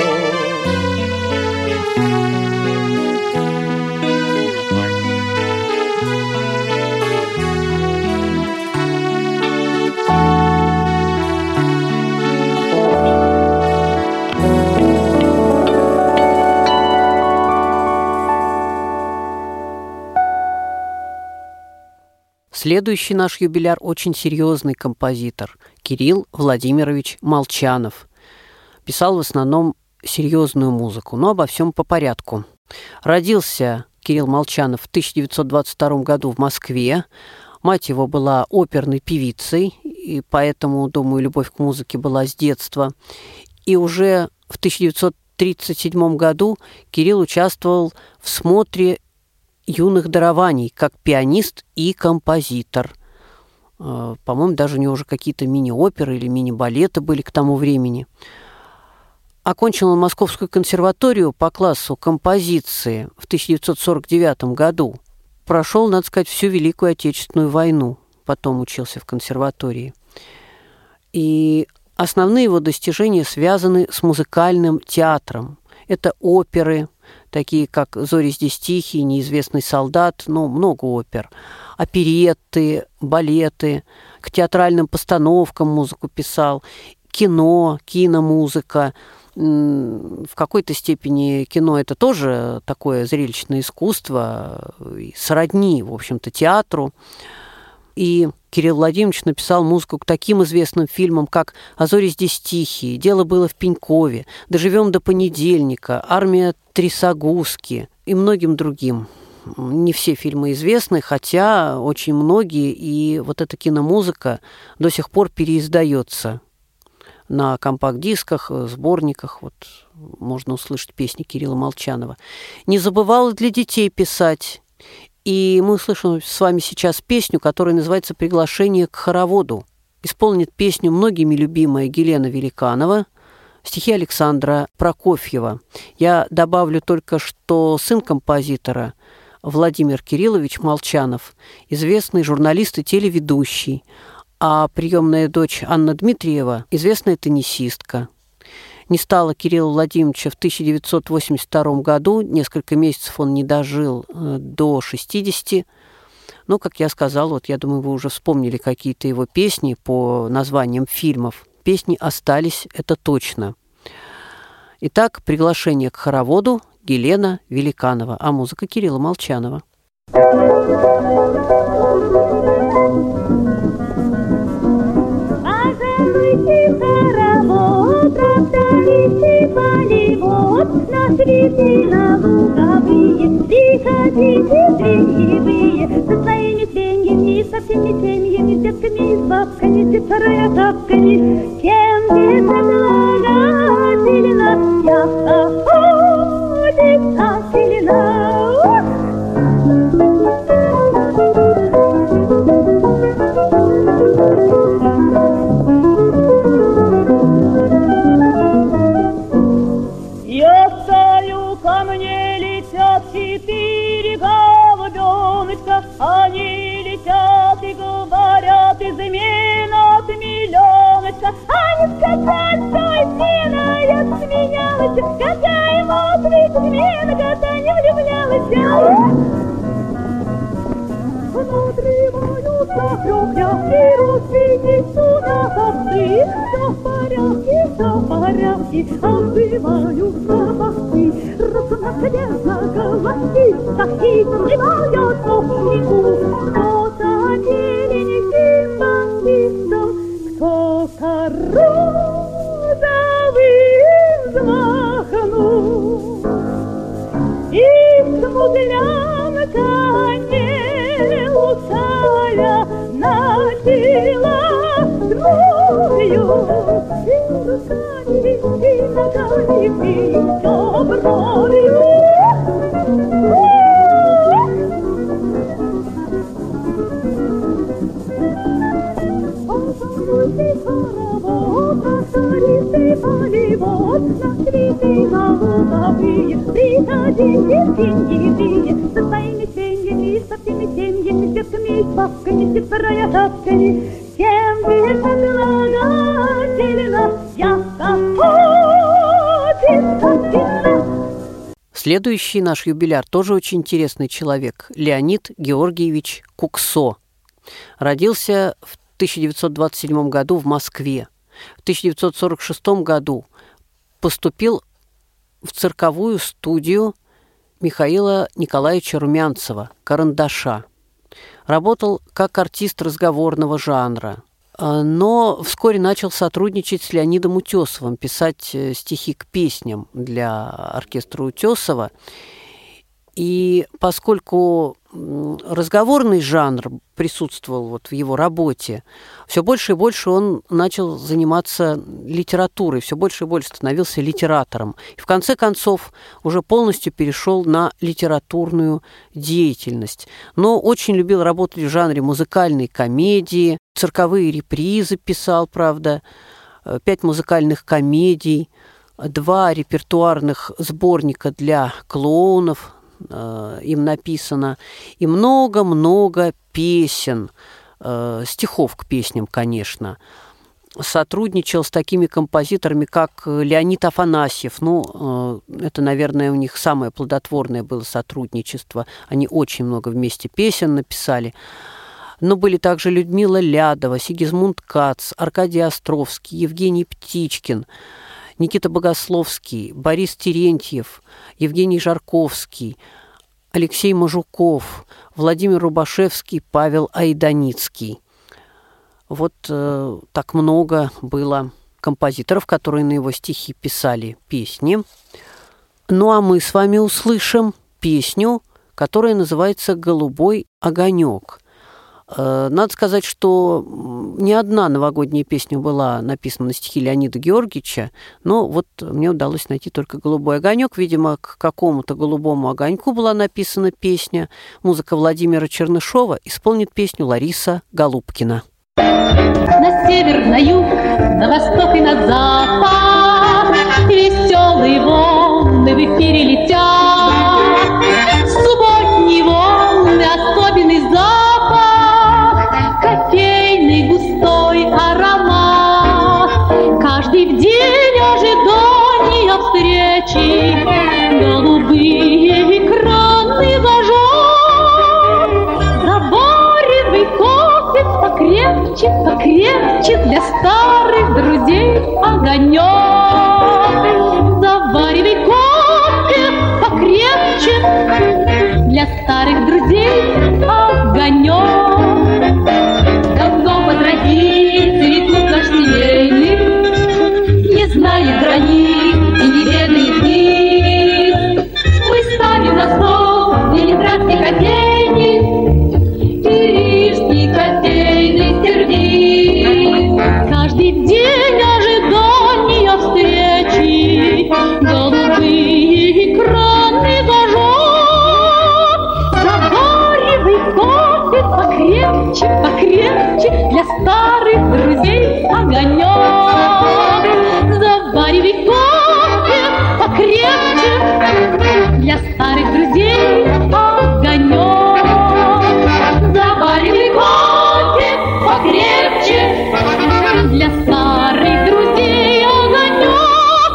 Следующий наш юбиляр – очень серьезный композитор Кирилл Владимирович Молчанов. Писал в основном серьезную музыку, но обо всем по порядку. Родился Кирилл Молчанов в тысяча девятьсот двадцать втором году в Москве. Мать его была оперной певицей, и поэтому, думаю, любовь к музыке была с детства. И уже в тысяча девятьсот тридцать седьмом году Кирилл участвовал в смотре юных дарований как пианист и композитор. По-моему, даже у него уже какие-то мини-оперы или мини-балеты были к тому времени. Окончил он Московскую консерваторию по классу композиции в тысяча девятьсот сорок девятом году. Прошел, надо сказать, всю Великую Отечественную войну. Потом учился в консерватории. И основные его достижения связаны с музыкальным театром. Это оперы, такие как «Зори здесь тихие», «Неизвестный солдат», ну, много опер, оперетты, балеты, к театральным постановкам музыку писал, кино, киномузыка. В какой-то степени кино – это тоже такое зрелищное искусство, сродни, в общем-то, театру. И Кирилл Владимирович написал музыку к таким известным фильмам, как «А зори здесь тихие», «Дело было в Пенькове», «Доживем до понедельника», «Армия Трясогузки» и многим другим. Не все фильмы известны, хотя очень многие, и вот эта киномузыка до сих пор переиздается на компакт-дисках, сборниках. Вот можно услышать песни Кирилла Молчанова. Не забывал для детей писать. И мы услышим с вами сейчас песню, которая называется «Приглашение к хороводу». Исполнит песню многими любимая Гелена Великанова, стихи Александра Прокофьева. Я добавлю только, что сын композитора Владимир Кириллович Молчанов, известный журналист и телеведущий, а приемная дочь Анна Дмитриева – известная теннисистка. Не стало Кирилла Владимировича в тысяча девятьсот восемьдесят втором году, несколько месяцев он не дожил до шестидесяти. Ну, как я сказала, вот я думаю, вы уже вспомнили какие-то его песни по названиям фильмов. Песни остались, это точно. Итак, приглашение к хороводу Гелена Великанова, а музыка Кирилла Молчанова. На цветы, на луговые, приходите, ленивые, со своими пеньями, со всеми семьями, с детками, с бабками, с детворой тапками. Кем безоблагодетельна я ходит оселена. Четыре голубеночка, они летят и говорят, изменят миллионочка. Они сказать, что изменяет, сменялась, какая может быть измена, когда не влюблялась. надрываются крупня, и родственницу на косты. Все в порядке, все в порядке, отбиваются мосты. Разноцветно голосится и сливают по снегу. Кто-то зеленьким бандитом, кто-то розовым взмахнул. И смуглянка не усая носила злую. И руками, и ногами, и все бровью. Полный хоровод, трактористы полевод, на цветы голубовые приходили синевые, со своими семьями, со всеми семьями, с детками, с бабками, с сестрой, татками. Всем безотлагательно я свободен. Следующий наш юбиляр тоже очень интересный человек – Леонид Георгиевич Куксо. Родился в тысяча девятьсот двадцать седьмом году в Москве. В тысяча девятьсот сорок шестом году поступил в цирковую студию Михаила Николаевича Румянцева «Карандаша». Работал как артист разговорного жанра, но вскоре начал сотрудничать с Леонидом Утесовым, писать стихи к песням для оркестра Утесова. И поскольку разговорный жанр присутствовал вот в его работе, все больше и больше он начал заниматься литературой, все больше и больше становился литератором. И в конце концов уже полностью перешел на литературную деятельность. Но очень любил работать в жанре музыкальной комедии, цирковые репризы писал, правда, пять музыкальных комедий, два репертуарных сборника для клоунов, им написано, и много-много песен, э, стихов к песням, конечно. Сотрудничал с такими композиторами, как Леонид Афанасьев. Ну, э, это, наверное, у них самое плодотворное было сотрудничество. Они очень много вместе песен написали. Но были также Людмила Лядова, Сигизмунд Кац, Аркадий Островский, Евгений Птичкин, Никита Богословский, Борис Терентьев, Евгений Жарковский, Алексей Мажуков, Владимир Рубашевский, Павел Айданицкий. Вот э, так много было композиторов, которые на его стихи писали песни. Ну а мы с вами услышим песню, которая называется «Голубой огонек». Надо сказать, что не одна новогодняя песня была написана на стихи Леонида Георгиевича, но вот мне удалось найти только «Голубой огонек». Видимо, к какому-то голубому огоньку была написана песня. Музыка Владимира Чернышова, исполнит песню Лариса Голубкина. На север, на юг, на восток и на запад веселые волны в эфире летят. Субботние волны, особенный запах, кофейный густой аромат. Каждый в день ожидания встречи голубые экраны зажег. Заваривай кофе покрепче, покрепче, для старых друзей огонек. Заваривай кофе покрепче, для старых друзей огонек. Давно по традиции клуб наш семейный не знает границ и не ведает вниз. Мы ставим на стол ленинградский кофейник и рижский кофейный сервиз. Каждый день ожидания встречи голубые экраны зажег. Заваривай кофе покрепче, покрепче, для старых друзей огонек. Заваривай кофе покрепче, для старых друзей огонек. Заваривай кофе покрепче, для старых друзей огонек,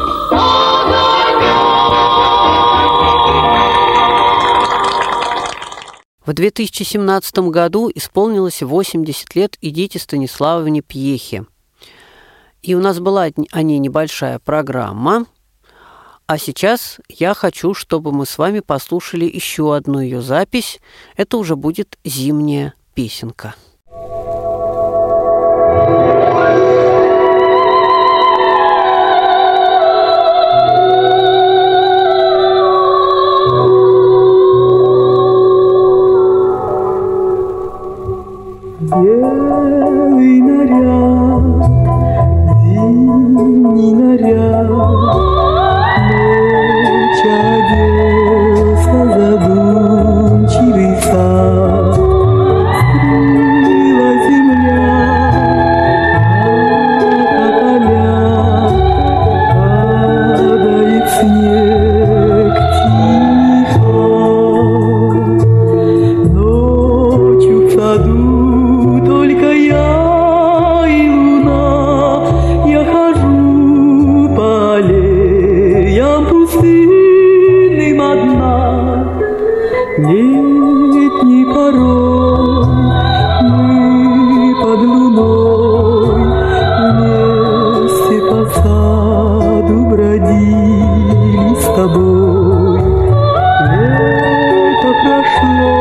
огонек. В две тысячи семнадцатом году исполнилось восемьдесят лет Эдите Станиславовне Пьехе. И у нас была о ней небольшая программа. А сейчас я хочу, чтобы мы с вами послушали еще одну ее запись. Это уже будет зимняя песенка. Белый наряд, зимний наряд, ночь оделся задумчивый сад, скрыла земля, а поля, падает снег тихо, ночью в саду. Только я и луна, я хожу по аллеям пустынным одна. Летний порой мы под луной вместе по саду бродили с тобой. Лето прошло.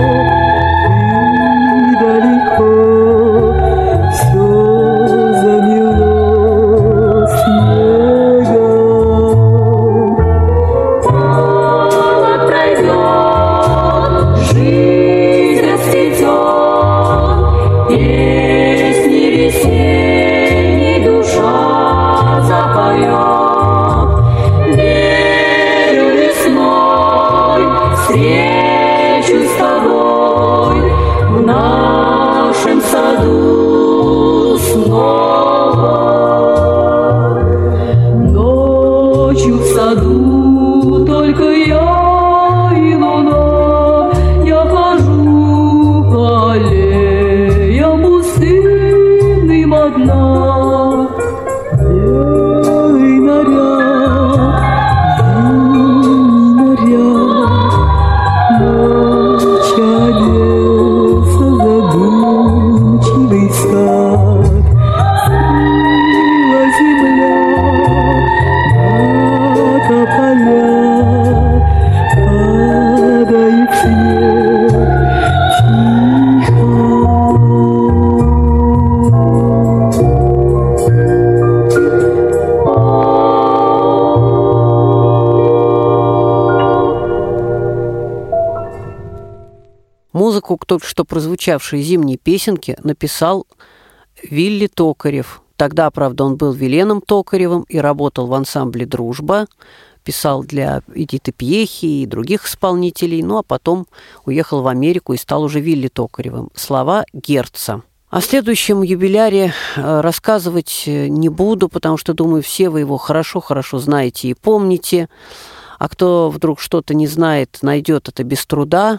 Музыку к только что прозвучавшей зимней песенке написал Вилли Токарев. Тогда, правда, он был Виленом Токаревым и работал в ансамбле «Дружба», писал для Эдиты Пьехи и других исполнителей, ну а потом уехал в Америку и стал уже Вилли Токаревым. Слова Герца. О следующем юбиляре рассказывать не буду, потому что, думаю, все вы его хорошо-хорошо знаете и помните. А кто вдруг что-то не знает, найдет это без труда.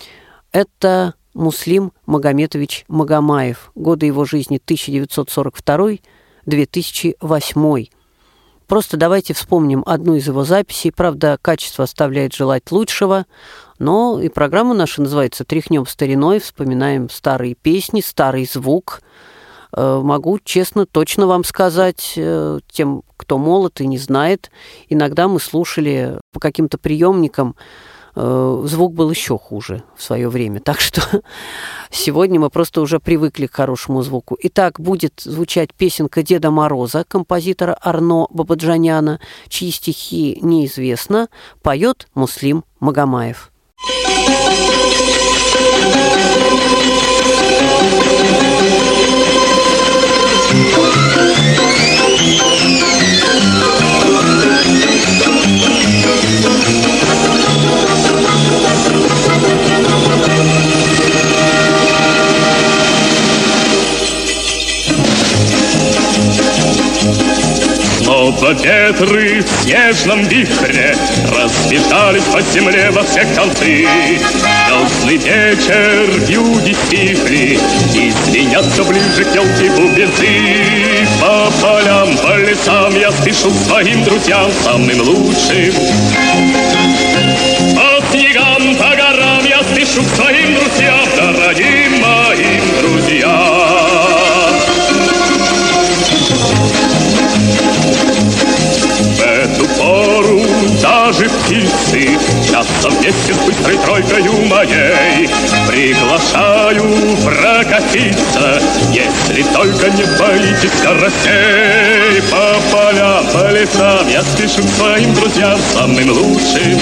Это Муслим Магометович Магомаев. Годы его жизни тысяча девятьсот сорок второй — две тысячи восьмой. Просто давайте вспомним одну из его записей. Правда, качество оставляет желать лучшего, но и программа наша называется «Тряхнем стариной», вспоминаем старые песни, старый звук. Могу честно, точно вам сказать, тем, кто молод и не знает, иногда мы слушали по каким-то приемникам, звук был еще хуже в свое время. Так что сегодня мы просто уже привыкли к хорошему звуку. Итак, будет звучать песенка Деда Мороза композитора Арно Бабаджаняна, чьи стихи неизвестно, поет Муслим Магомаев. Снова ветры в снежном вихре разбежались по земле во все концы. Ясный вечер, вьюги стихли, и звенят все ближе к елке бубенцы. По полям, по лесам я спешу к своим друзьям, самым лучшим. По снегам, по горам я спешу к своим друзьям, даже птицы часто вместе с быстрой тройкою моей приглашаю прокатиться, если только не боитесь карасей. По полям, по лесам я спешу к своим друзьям самым лучшим.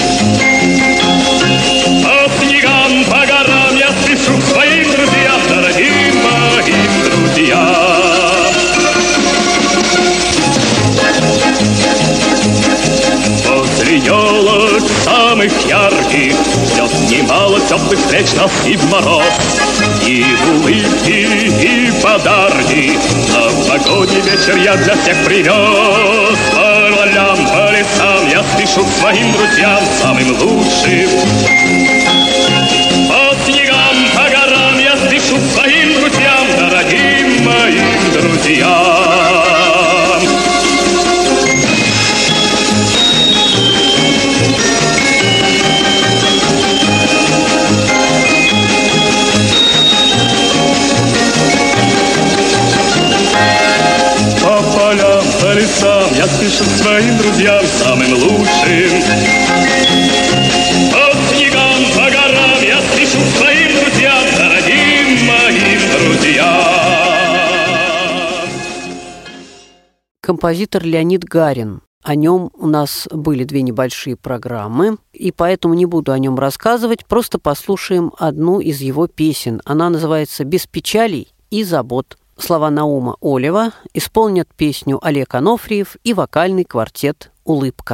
По снегам, по горам я спешу к своим друзьям, дорогим моим друзьям. Возле елок самых ярких ждет немало теплых встреч нас и в мороз, и в улыбки, и подарки. Новогодний вечер я для всех привез. По полям, по лесам я спешу к своим друзьям самым лучшим. По снегам, по горам я спешу к своим друзьям, дорогим моим друзьям. По лесам я спешу к своим друзьям самым лучшим. По снегам, по горам я спешу к своим друзьям, дорогим моим друзьям. Композитор Леонид Гарин. О нем у нас были две небольшие программы, и поэтому не буду о нем рассказывать, просто послушаем одну из его песен. Она называется «Без печалей и забот». Слова Наума Олева, исполнят песню Олег Анофриев и вокальный квартет «Улыбка».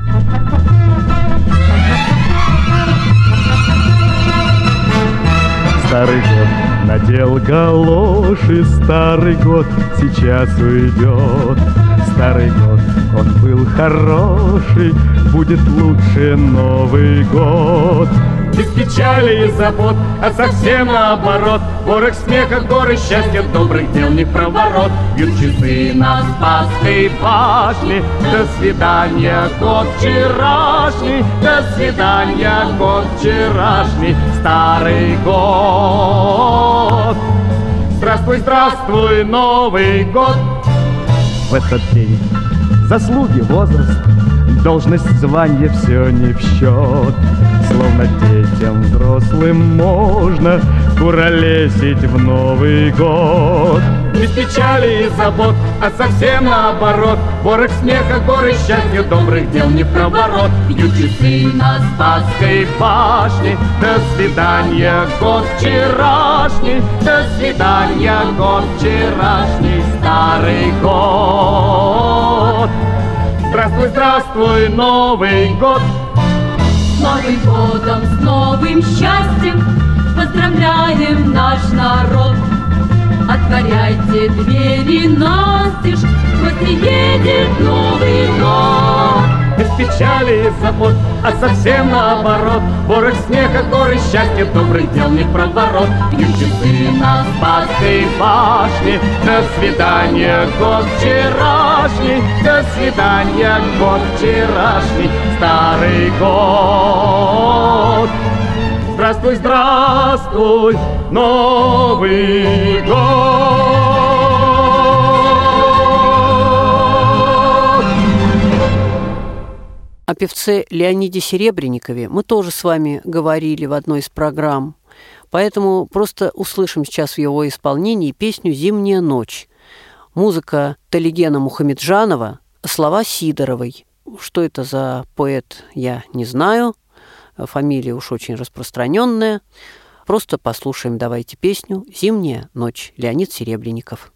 Старый год надел галоши, старый год сейчас уйдет. Старый год, он был хороший, будет лучше Новый год. Без печали и забот, а совсем наоборот. Ворох смеха, горы счастья, добрых дел не в проворот. Бьют часы на Спасской башне. До свидания, год вчерашний. До свидания, год вчерашний. Старый год. Здравствуй, здравствуй, Новый год. В этот день заслуги, возраст, должность, звание — все не в счет. Словно детям взрослым можно куролесить в Новый год. Без печали и забот, а совсем наоборот. Ворох смеха, горы счастья, добрых дел не в проворот. Бьют часы на Спасской башне. До свидания, год вчерашний. До свидания, год вчерашний. Старый год. Здравствуй, здравствуй, Новый год. С Новым годом, с новым счастьем поздравляем наш народ. Отворяйте двери настежь, вот и едет Новый год. Без печали и забот, а совсем наоборот. Ворох смеха, горы счастья, добрых дел не в проворот. Бьют часы на Спасской башне. До свидания, год вчерашний. До свидания, год вчерашний. Старый год. Здравствуй, здравствуй, Новый год. О певце Леониде Серебренникове мы тоже с вами говорили в одной из программ, поэтому просто услышим сейчас в его исполнении песню «Зимняя ночь». Музыка Талигена Мухамеджанова, слова Сидоровой. Что это за поэт, я не знаю, фамилия уж очень распространенная. Просто послушаем давайте песню «Зимняя ночь», Леонид Серебренников.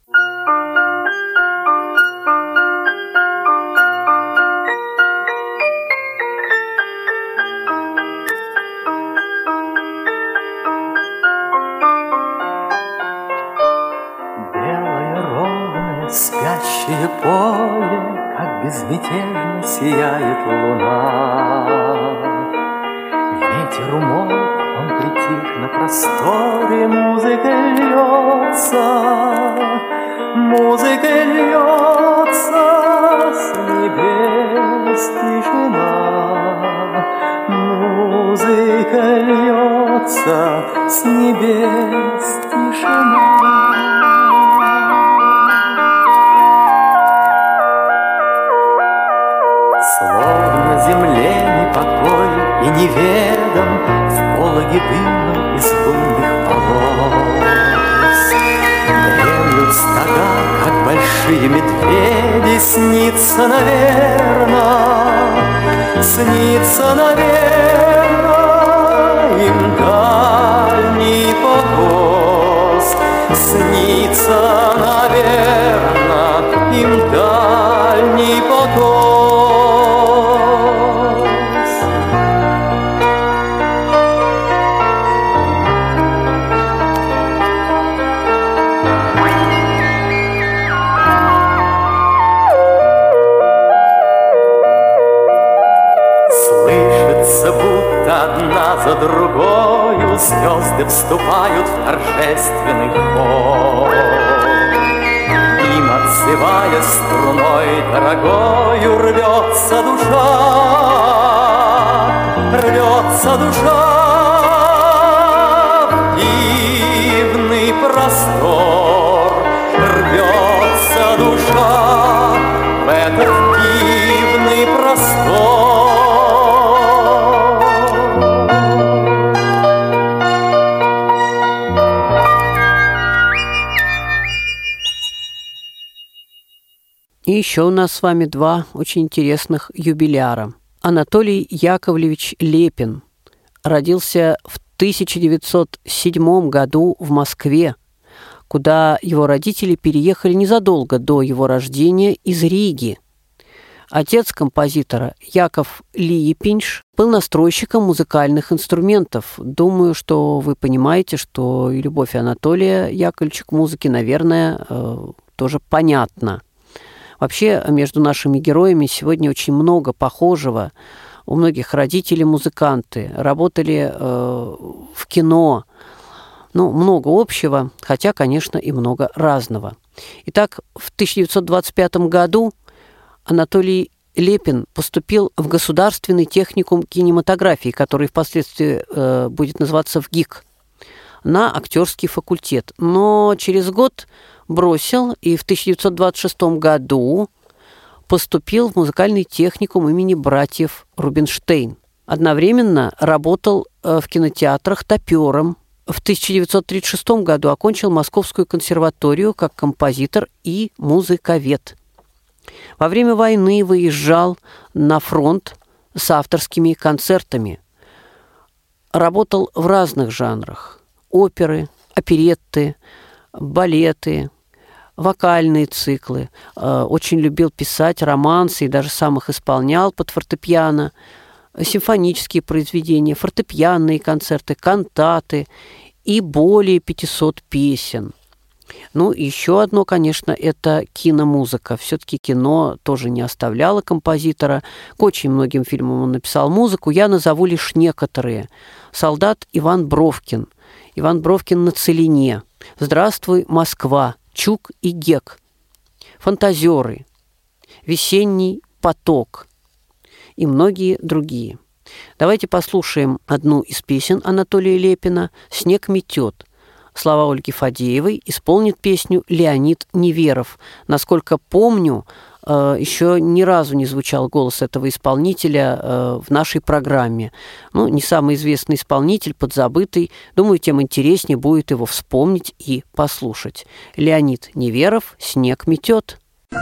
Спящее поле, как безмятежно сияет луна. Ветер умолк, он притих на просторе, музыка льется, музыка льется с небес тишина, музыка льется с небес тишина. Словно земле не неведом в пологе дыма из лунных полос. Дремлют стога, как большие медведи, снится, наверно, снится, наверно, им дальний покос. Снится, наверно, им дальний покос. Одна за другою звезды вступают в торжественный хор. Им отзывая струной дорогою рвется душа, рвется душа в дивный простор, рвется душа в этот дивный простор. И еще у нас с вами два очень интересных юбиляра. Анатолий Яковлевич Лепин родился в тысяча девятьсот седьмом году в Москве, куда его родители переехали незадолго до его рождения из Риги. Отец композитора Яков Лиепинш был настройщиком музыкальных инструментов. Думаю, что вы понимаете, что и любовь Анатолия Яковлевича к музыке, наверное, тоже понятна. Вообще, между нашими героями сегодня очень много похожего. У многих родители музыканты, работали э, в кино. Ну, много общего, хотя, конечно, и много разного. Итак, в тысяча девятьсот двадцать пятом году Анатолий Лепин поступил в Государственный техникум кинематографии, который впоследствии э, будет называться ВГИК, на актерский факультет. Но через год бросил и в тысяча девятьсот двадцать шестом году поступил в музыкальный техникум имени братьев Рубинштейн. Одновременно работал в кинотеатрах топером. В тысяча девятьсот тридцать шестом году окончил Московскую консерваторию как композитор и музыковед. Во время войны выезжал на фронт с авторскими концертами. Работал в разных жанрах: оперы, оперетты, балеты, вокальные циклы. Очень любил писать романсы и даже сам их исполнял под фортепиано. Симфонические произведения, фортепианные концерты, кантаты и более пятисот песен. Ну, еще одно, конечно, это киномузыка. Все-таки кино тоже не оставляло композитора. К очень многим фильмам он написал музыку. Я назову лишь некоторые. «Солдат» Иван Бровкин. Иван Бровкин на целине. «Здравствуй, Москва», «Чук и Гек», «Фантазеры», «Весенний поток» и многие другие. Давайте послушаем одну из песен Анатолия Лепина «Снег метет». Слова Ольги Фадеевой, исполнит песню Леонид Неверов. Насколько помню, еще ни разу не звучал голос этого исполнителя в нашей программе. Ну, не самый известный исполнитель, подзабытый. Думаю, тем интереснее будет его вспомнить и послушать. Леонид Неверов «Снег метет».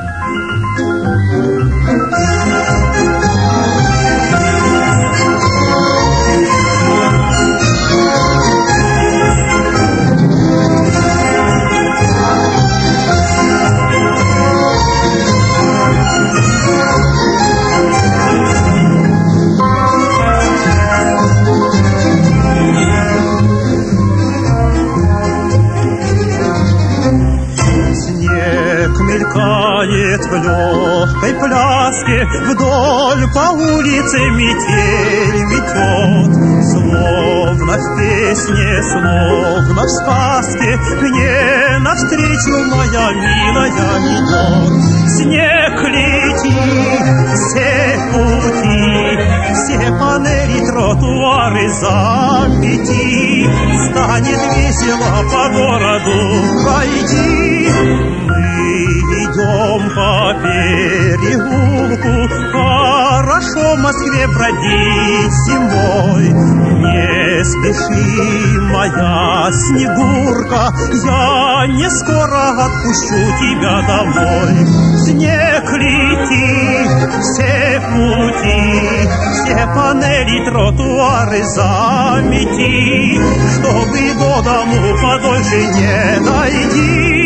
Мелькает в легкой пляске, вдоль по улице метель метет. Словно в песне, словно в сказке, мне навстречу моя милая идет. Снег летит, все пути, все панели, тротуары замети. Станет весело по городу пройти. Мы идем по переулку, по хорошо в Москве бродить зимой. Не спеши, моя Снегурка, я не скоро отпущу тебя домой. Снег летит, все пути, все панели, тротуары замети, чтобы до дому подольше не дойти.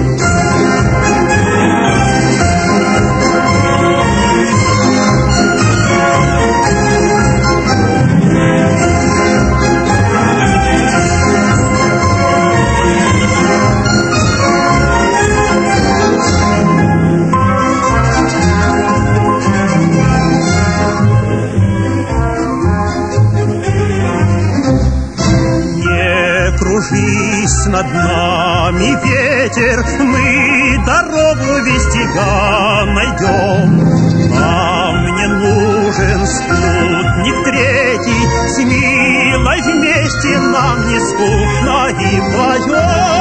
Кружись над нами, ветер, мы дорогу без тебя найдем. Нам не нужен спутник третий, с милой вместе нам не скучно и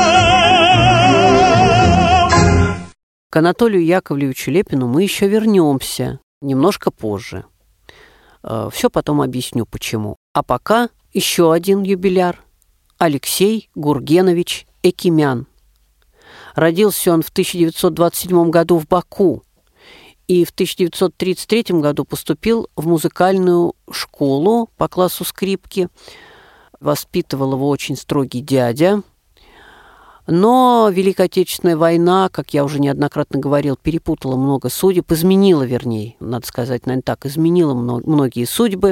вдвоем. К Анатолию Яковлевичу Лепину мы еще вернемся немножко позже. Все потом объясню, почему. А пока еще один юбиляр. Алексей Гургенович Экимян. Родился он в тысяча девятьсот двадцать седьмом году в Баку и в тысяча девятьсот тридцать третьем году поступил в музыкальную школу по классу скрипки. Воспитывал его очень строгий дядя. Но Великая Отечественная война, как я уже неоднократно говорил, перепутала много судеб, изменила, вернее, надо сказать, наверное, так, изменила многие судьбы.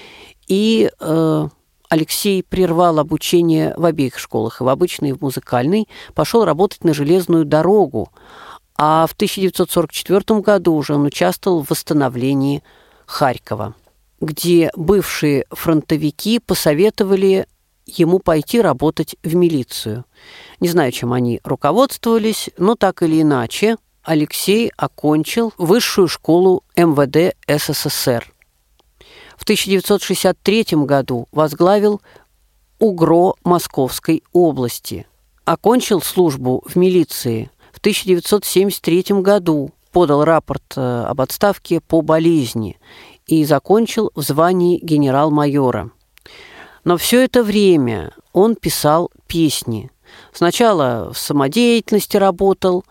И э, Алексей прервал обучение в обеих школах, и в обычной, и в музыкальной, пошел работать на железную дорогу. А в тысяча девятьсот сорок четвёртом году уже он участвовал в восстановлении Харькова, где бывшие фронтовики посоветовали ему пойти работать в милицию. Не знаю, чем они руководствовались, но так или иначе Алексей окончил высшую школу эм вэ дэ эс эс эс эр. В тысяча девятьсот шестьдесят третьем году возглавил УГРО Московской области. Окончил службу в милиции. В тысяча девятьсот семьдесят третьем году подал рапорт об отставке по болезни и закончил в звании генерал-майора. Но все это время он писал песни. Сначала в самодеятельности работал,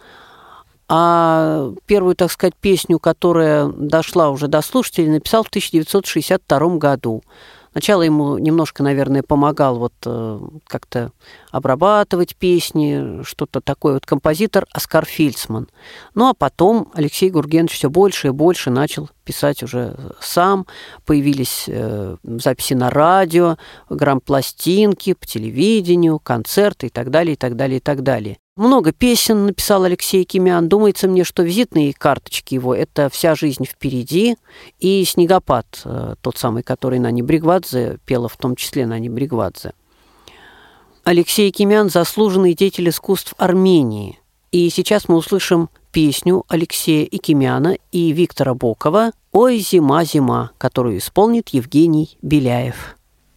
а первую, так сказать, песню, которая дошла уже до слушателей, написал в тысяча девятьсот шестьдесят втором году. Сначала ему немножко, наверное, помогал вот как-то обрабатывать песни, что-то такое, вот композитор Оскар Фельдсман. Ну, а потом Алексей Гургенович все больше и больше начал писать уже сам. Появились э, записи на радио, грампластинки, по телевидению, концерты и так далее, и так далее, и так далее. Много песен написал Алексей Экимян. Думается мне, что визитные карточки его – это «Вся жизнь впереди» и «Снегопад», тот самый, который Нани Бригвадзе пела, в том числе Нани Бригвадзе. Алексей Экимян – заслуженный деятель искусств Армении. И сейчас мы услышим песню Алексея Экимяна и Виктора Бокова «Ой, зима, зима», которую исполнит Евгений Беляев.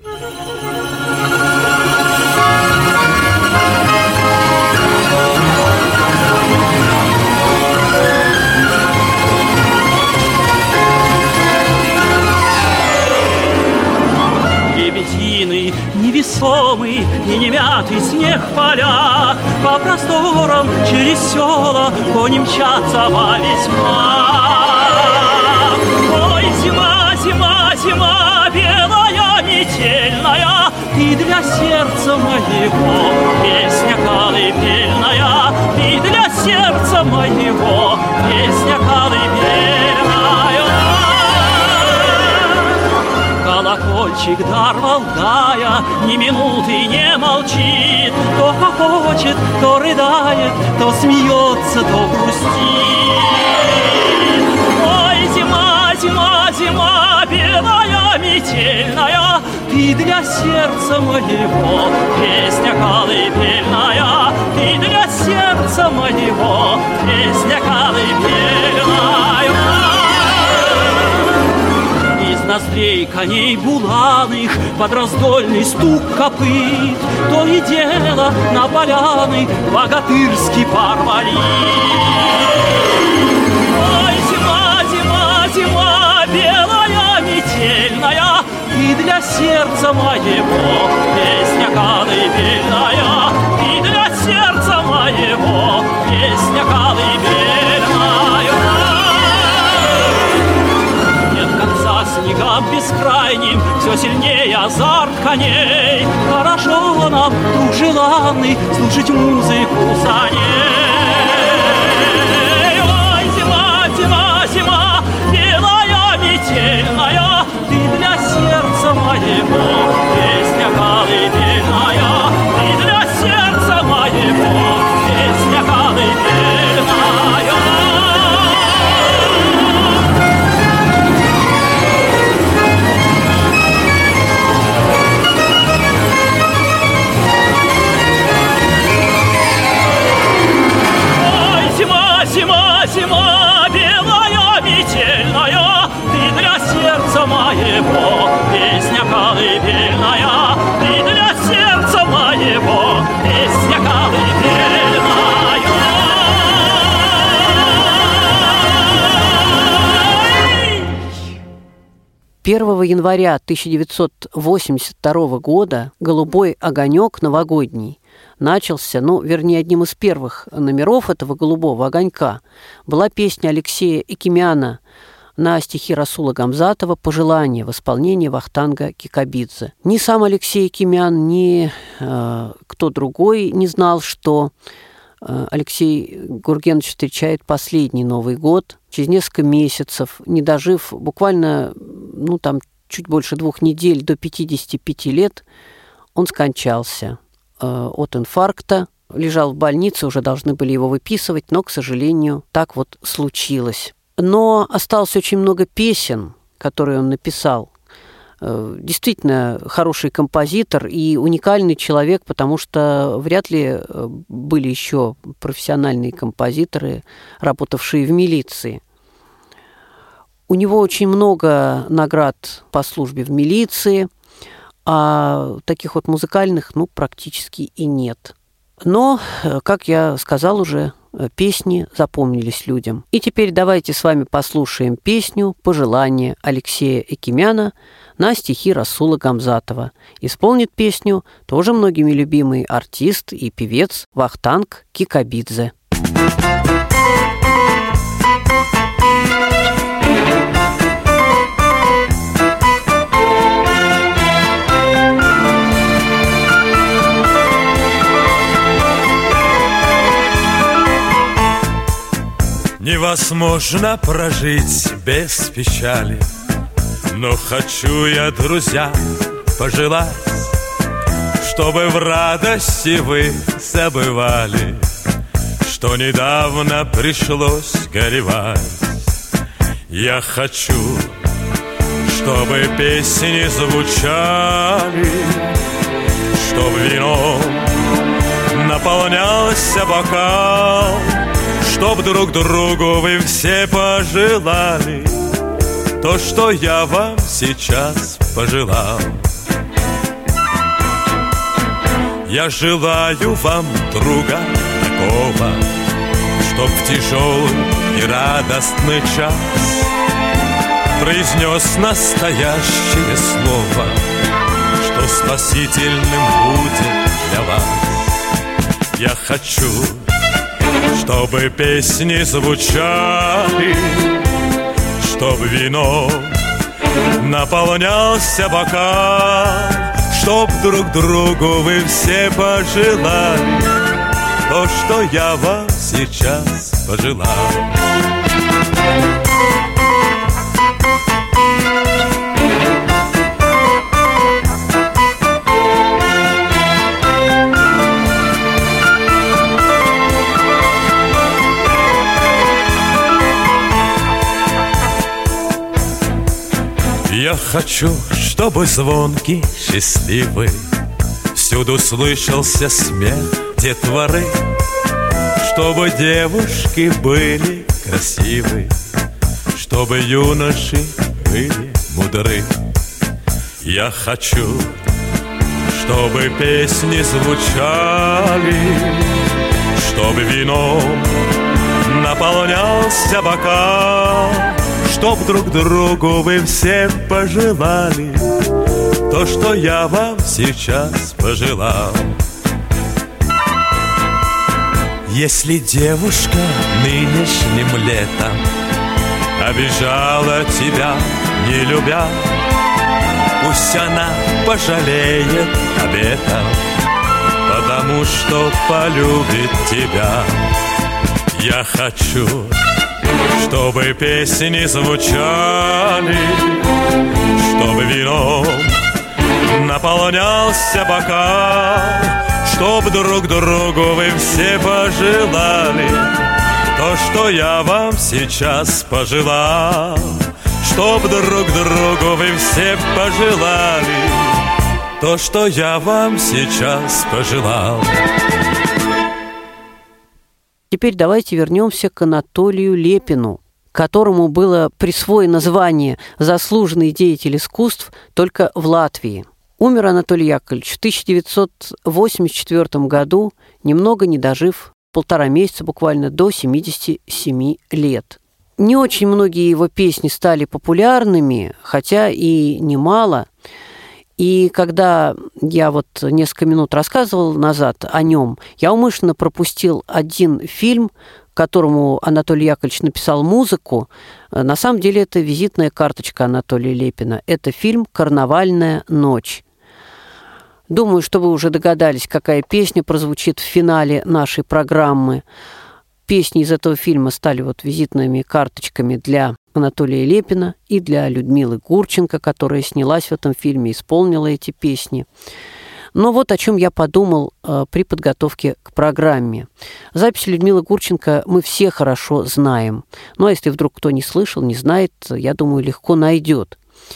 Невесомый и немятый снег в полях, по просторам через села кони мчатся во весь мах. Ой, зима, зима, зима, белая, метельная, ты для сердца моего песня колыбельная, ты для сердца моего песня колыбельная. Колокольчик дар Валдая ни минуты не молчит, то хохочет, то рыдает, то смеется, то грустит. Ой, зима, зима, зима, белая, метельная, ты для сердца моего песня колыбельная, ты для сердца моего песня колыбельная. Ноздрей коней буланых под раздольный стук копыт, то и дело на поляны богатырский пар валит. Ой, зима, зима, зима, белая, ты для сердца моего песня колыбельная, ты для сердца моего песня колыбельная. Нет конца снегам бескрайним, все сильнее азарт коней. Хорошо нам, друг желанный, слушать музыку за ней. Ой, зима, зима, зима, белая метельная, ты для сердца моего песня колыбельная, ты для сердца моего песня колыбельная. Зима, зима, белая метельная, ты для сердца моего песня колыбельная, ты для сердца моего песня колыбельная. первого января тысяча девятьсот восемьдесят второго года «Голубой огонек» новогодний начался, ну, вернее, одним из первых номеров этого «Голубого огонька» была песня Алексея Экимяна на стихи Расула Гамзатова «Пожелание» в исполнении Вахтанга Кикабидзе. Ни сам Алексей Экимян, ни э, кто другой не знал, что э, Алексей Гургенович встречает последний Новый год. Через несколько месяцев, не дожив буквально, ну, там, чуть больше двух недель до пятидесяти пяти лет, он скончался от инфаркта, лежал в больнице, уже должны были его выписывать, но, к сожалению, так вот случилось. Но осталось очень много песен, которые он написал. Действительно хороший композитор и уникальный человек, потому что вряд ли были еще профессиональные композиторы, работавшие в милиции. У него очень много наград по службе в милиции, а таких вот музыкальных, ну, практически и нет. Но, как я сказал уже, песни запомнились людям. И теперь давайте с вами послушаем песню «Пожелание» Алексея Экимяна на стихи Расула Гамзатова. Исполнит песню тоже многими любимый артист и певец Вахтанг Кикабидзе. Невозможно прожить без печали, но хочу я, друзья, пожелать, чтобы в радости вы забывали, что недавно пришлось горевать. Я хочу, чтобы песни звучали, чтобы вином наполнялся бокал, чтоб друг другу вы все пожелали то, что я вам сейчас пожелал. Я желаю вам друга такого, чтоб в тяжелый и радостный час произнес настоящее слово, что спасительным будет для вас. Я хочу, чтобы песни звучали, чтоб вином наполнялся бокал, чтоб друг другу вы все пожелали то, что я вам сейчас пожелал. Я хочу, чтобы звонкий, счастливый всюду слышался смех детворы, чтобы девушки были красивы, чтобы юноши были мудры. Я хочу, чтобы песни звучали, чтобы вином наполнялся бокал, чтоб друг другу вы все пожелали то, что я вам сейчас пожелал. Если девушка нынешним летом обижала тебя, не любя, пусть она пожалеет об этом, потому что полюбит тебя. Я хочу, чтобы песни звучали, чтобы вином наполнялся бокал, чтоб друг другу вы все пожелали то, что я вам сейчас пожелал. Чтоб друг другу вы все пожелали то, что я вам сейчас пожелал. Теперь давайте вернемся к Анатолию Лепину, которому было присвоено звание «Заслуженный деятель искусств» только в Латвии. Умер Анатолий Яковлевич в тысяча девятьсот восемьдесят четвёртом году, немного не дожив, полтора месяца буквально, до семидесяти семи лет. Не очень многие его песни стали популярными, хотя и немало. И когда я вот несколько минут рассказывал назад о нем, я умышленно пропустил один фильм, которому Анатолий Яковлевич написал музыку. На самом деле это визитная карточка Анатолия Лепина. Это фильм «Карнавальная ночь». Думаю, что вы уже догадались, какая песня прозвучит в финале нашей программы. Песни из этого фильма стали вот визитными карточками для Анатолия Лепина и для Людмилы Гурченко, которая снялась в этом фильме, исполнила эти песни. Но вот о чем я подумал э, при подготовке к программе. Запись Людмилы Гурченко мы все хорошо знаем. Ну, а если вдруг кто не слышал, не знает, я думаю, легко найдет.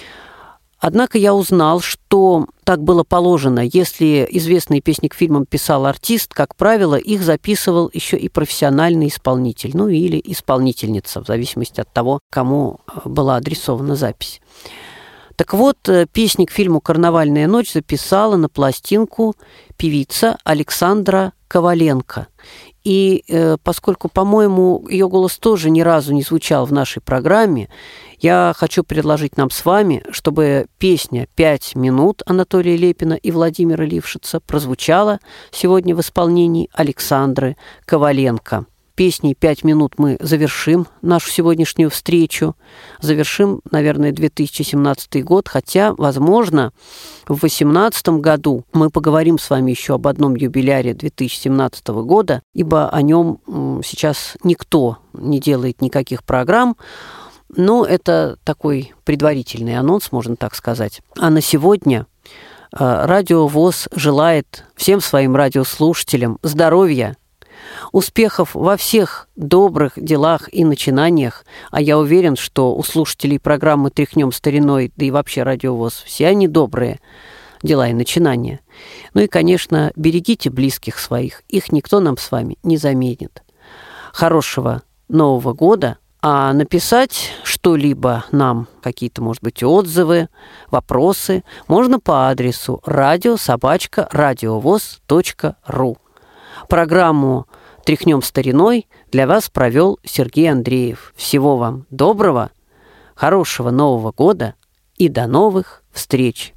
Однако я узнал, что так было положено. Если известные песни к фильмам писал артист, как правило, их записывал еще и профессиональный исполнитель, ну или исполнительница, в зависимости от того, кому была адресована запись. Так вот, песни к фильму «Карнавальная ночь» записала на пластинку певица Александра Коваленко. И э, поскольку, по-моему, ее голос тоже ни разу не звучал в нашей программе, я хочу предложить нам с вами, чтобы песня «Пять минут» Анатолия Лепина и Владимира Лившица прозвучала сегодня в исполнении Александры Коваленко. Песней «Пять минут» мы завершим нашу сегодняшнюю встречу. Завершим, наверное, две тысячи семнадцатый год, хотя, возможно, в две тысячи восемнадцатом году мы поговорим с вами еще об одном юбиляре две тысячи семнадцатого года, ибо о нем сейчас никто не делает никаких программ. Но это такой предварительный анонс, можно так сказать. А на сегодня Радио ВОС желает всем своим радиослушателям здоровья, успехов во всех добрых делах и начинаниях, а я уверен, что у слушателей программы «Тряхнем стариной», да и вообще Радио ВОС, все они добрые дела и начинания. Ну и, конечно, берегите близких своих, их никто нам с вами не заменит. Хорошего Нового года, а написать что-либо нам, какие-то, может быть, отзывы, вопросы, можно по адресу радио собака радиовос точка ру. Программу «Тряхнем стариной» для вас провел Сергей Андреев. Всего вам доброго, хорошего Нового года и до новых встреч!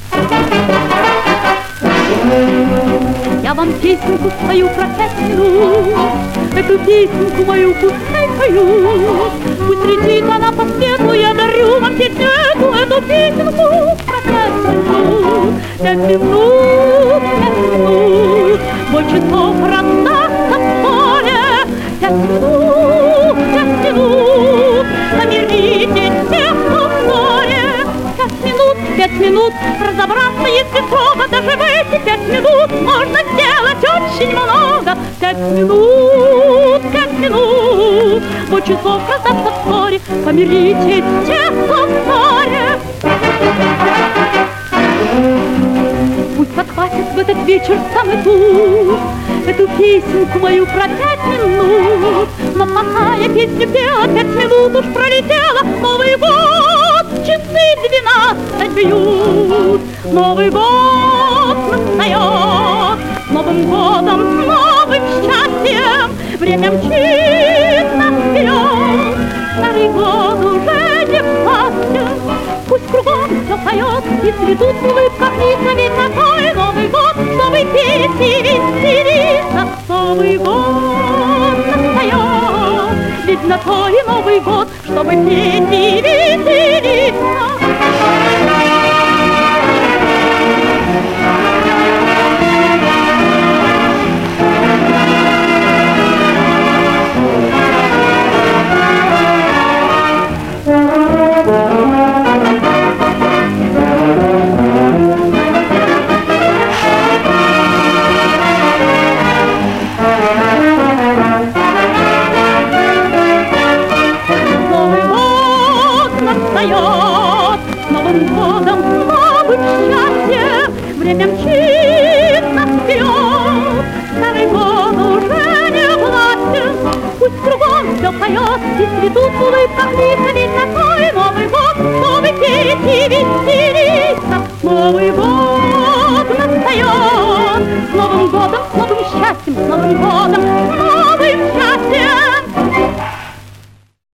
Я вам песенку свою про пять минут, эту песенку мою пускай поют. Пусть летит она по свету, я дарю вам песню эту, эту песенку про пять минут. Пять минут, пять минут, бой часов раздастся в поле. Пять минут, пять минут, помирите тех, кто в ссоре. Пять минут, пять минут, разобраться, если строго, даже в эти пять минут можно сделать очень много. Пять минут, пять минут, бой часов раздастся вскоре, помирите тех, кто в ссоре. Пусть подхватит в этот вечер самый туз эту песенку мою про пять минут. Но пока я песню пела, пять минут уж пролетела. Новый год, часы двенадцать бьют. Новый год настает, с Новым годом, с новым счастьем. Время мчит нас вперед, старый год уже не властен. Пусть кругом все поет, и цветут в улыбках лица, ведь такой Новый год, чтобы петь и веселиться. Новый год настает, ведь на то и Новый год, чтобы петь и веселиться. С Новым годом, с новым счастьем, время мчится вперед. Старый год уже не властен, пусть кругом все поет, и цветут в улыбках лица, ведь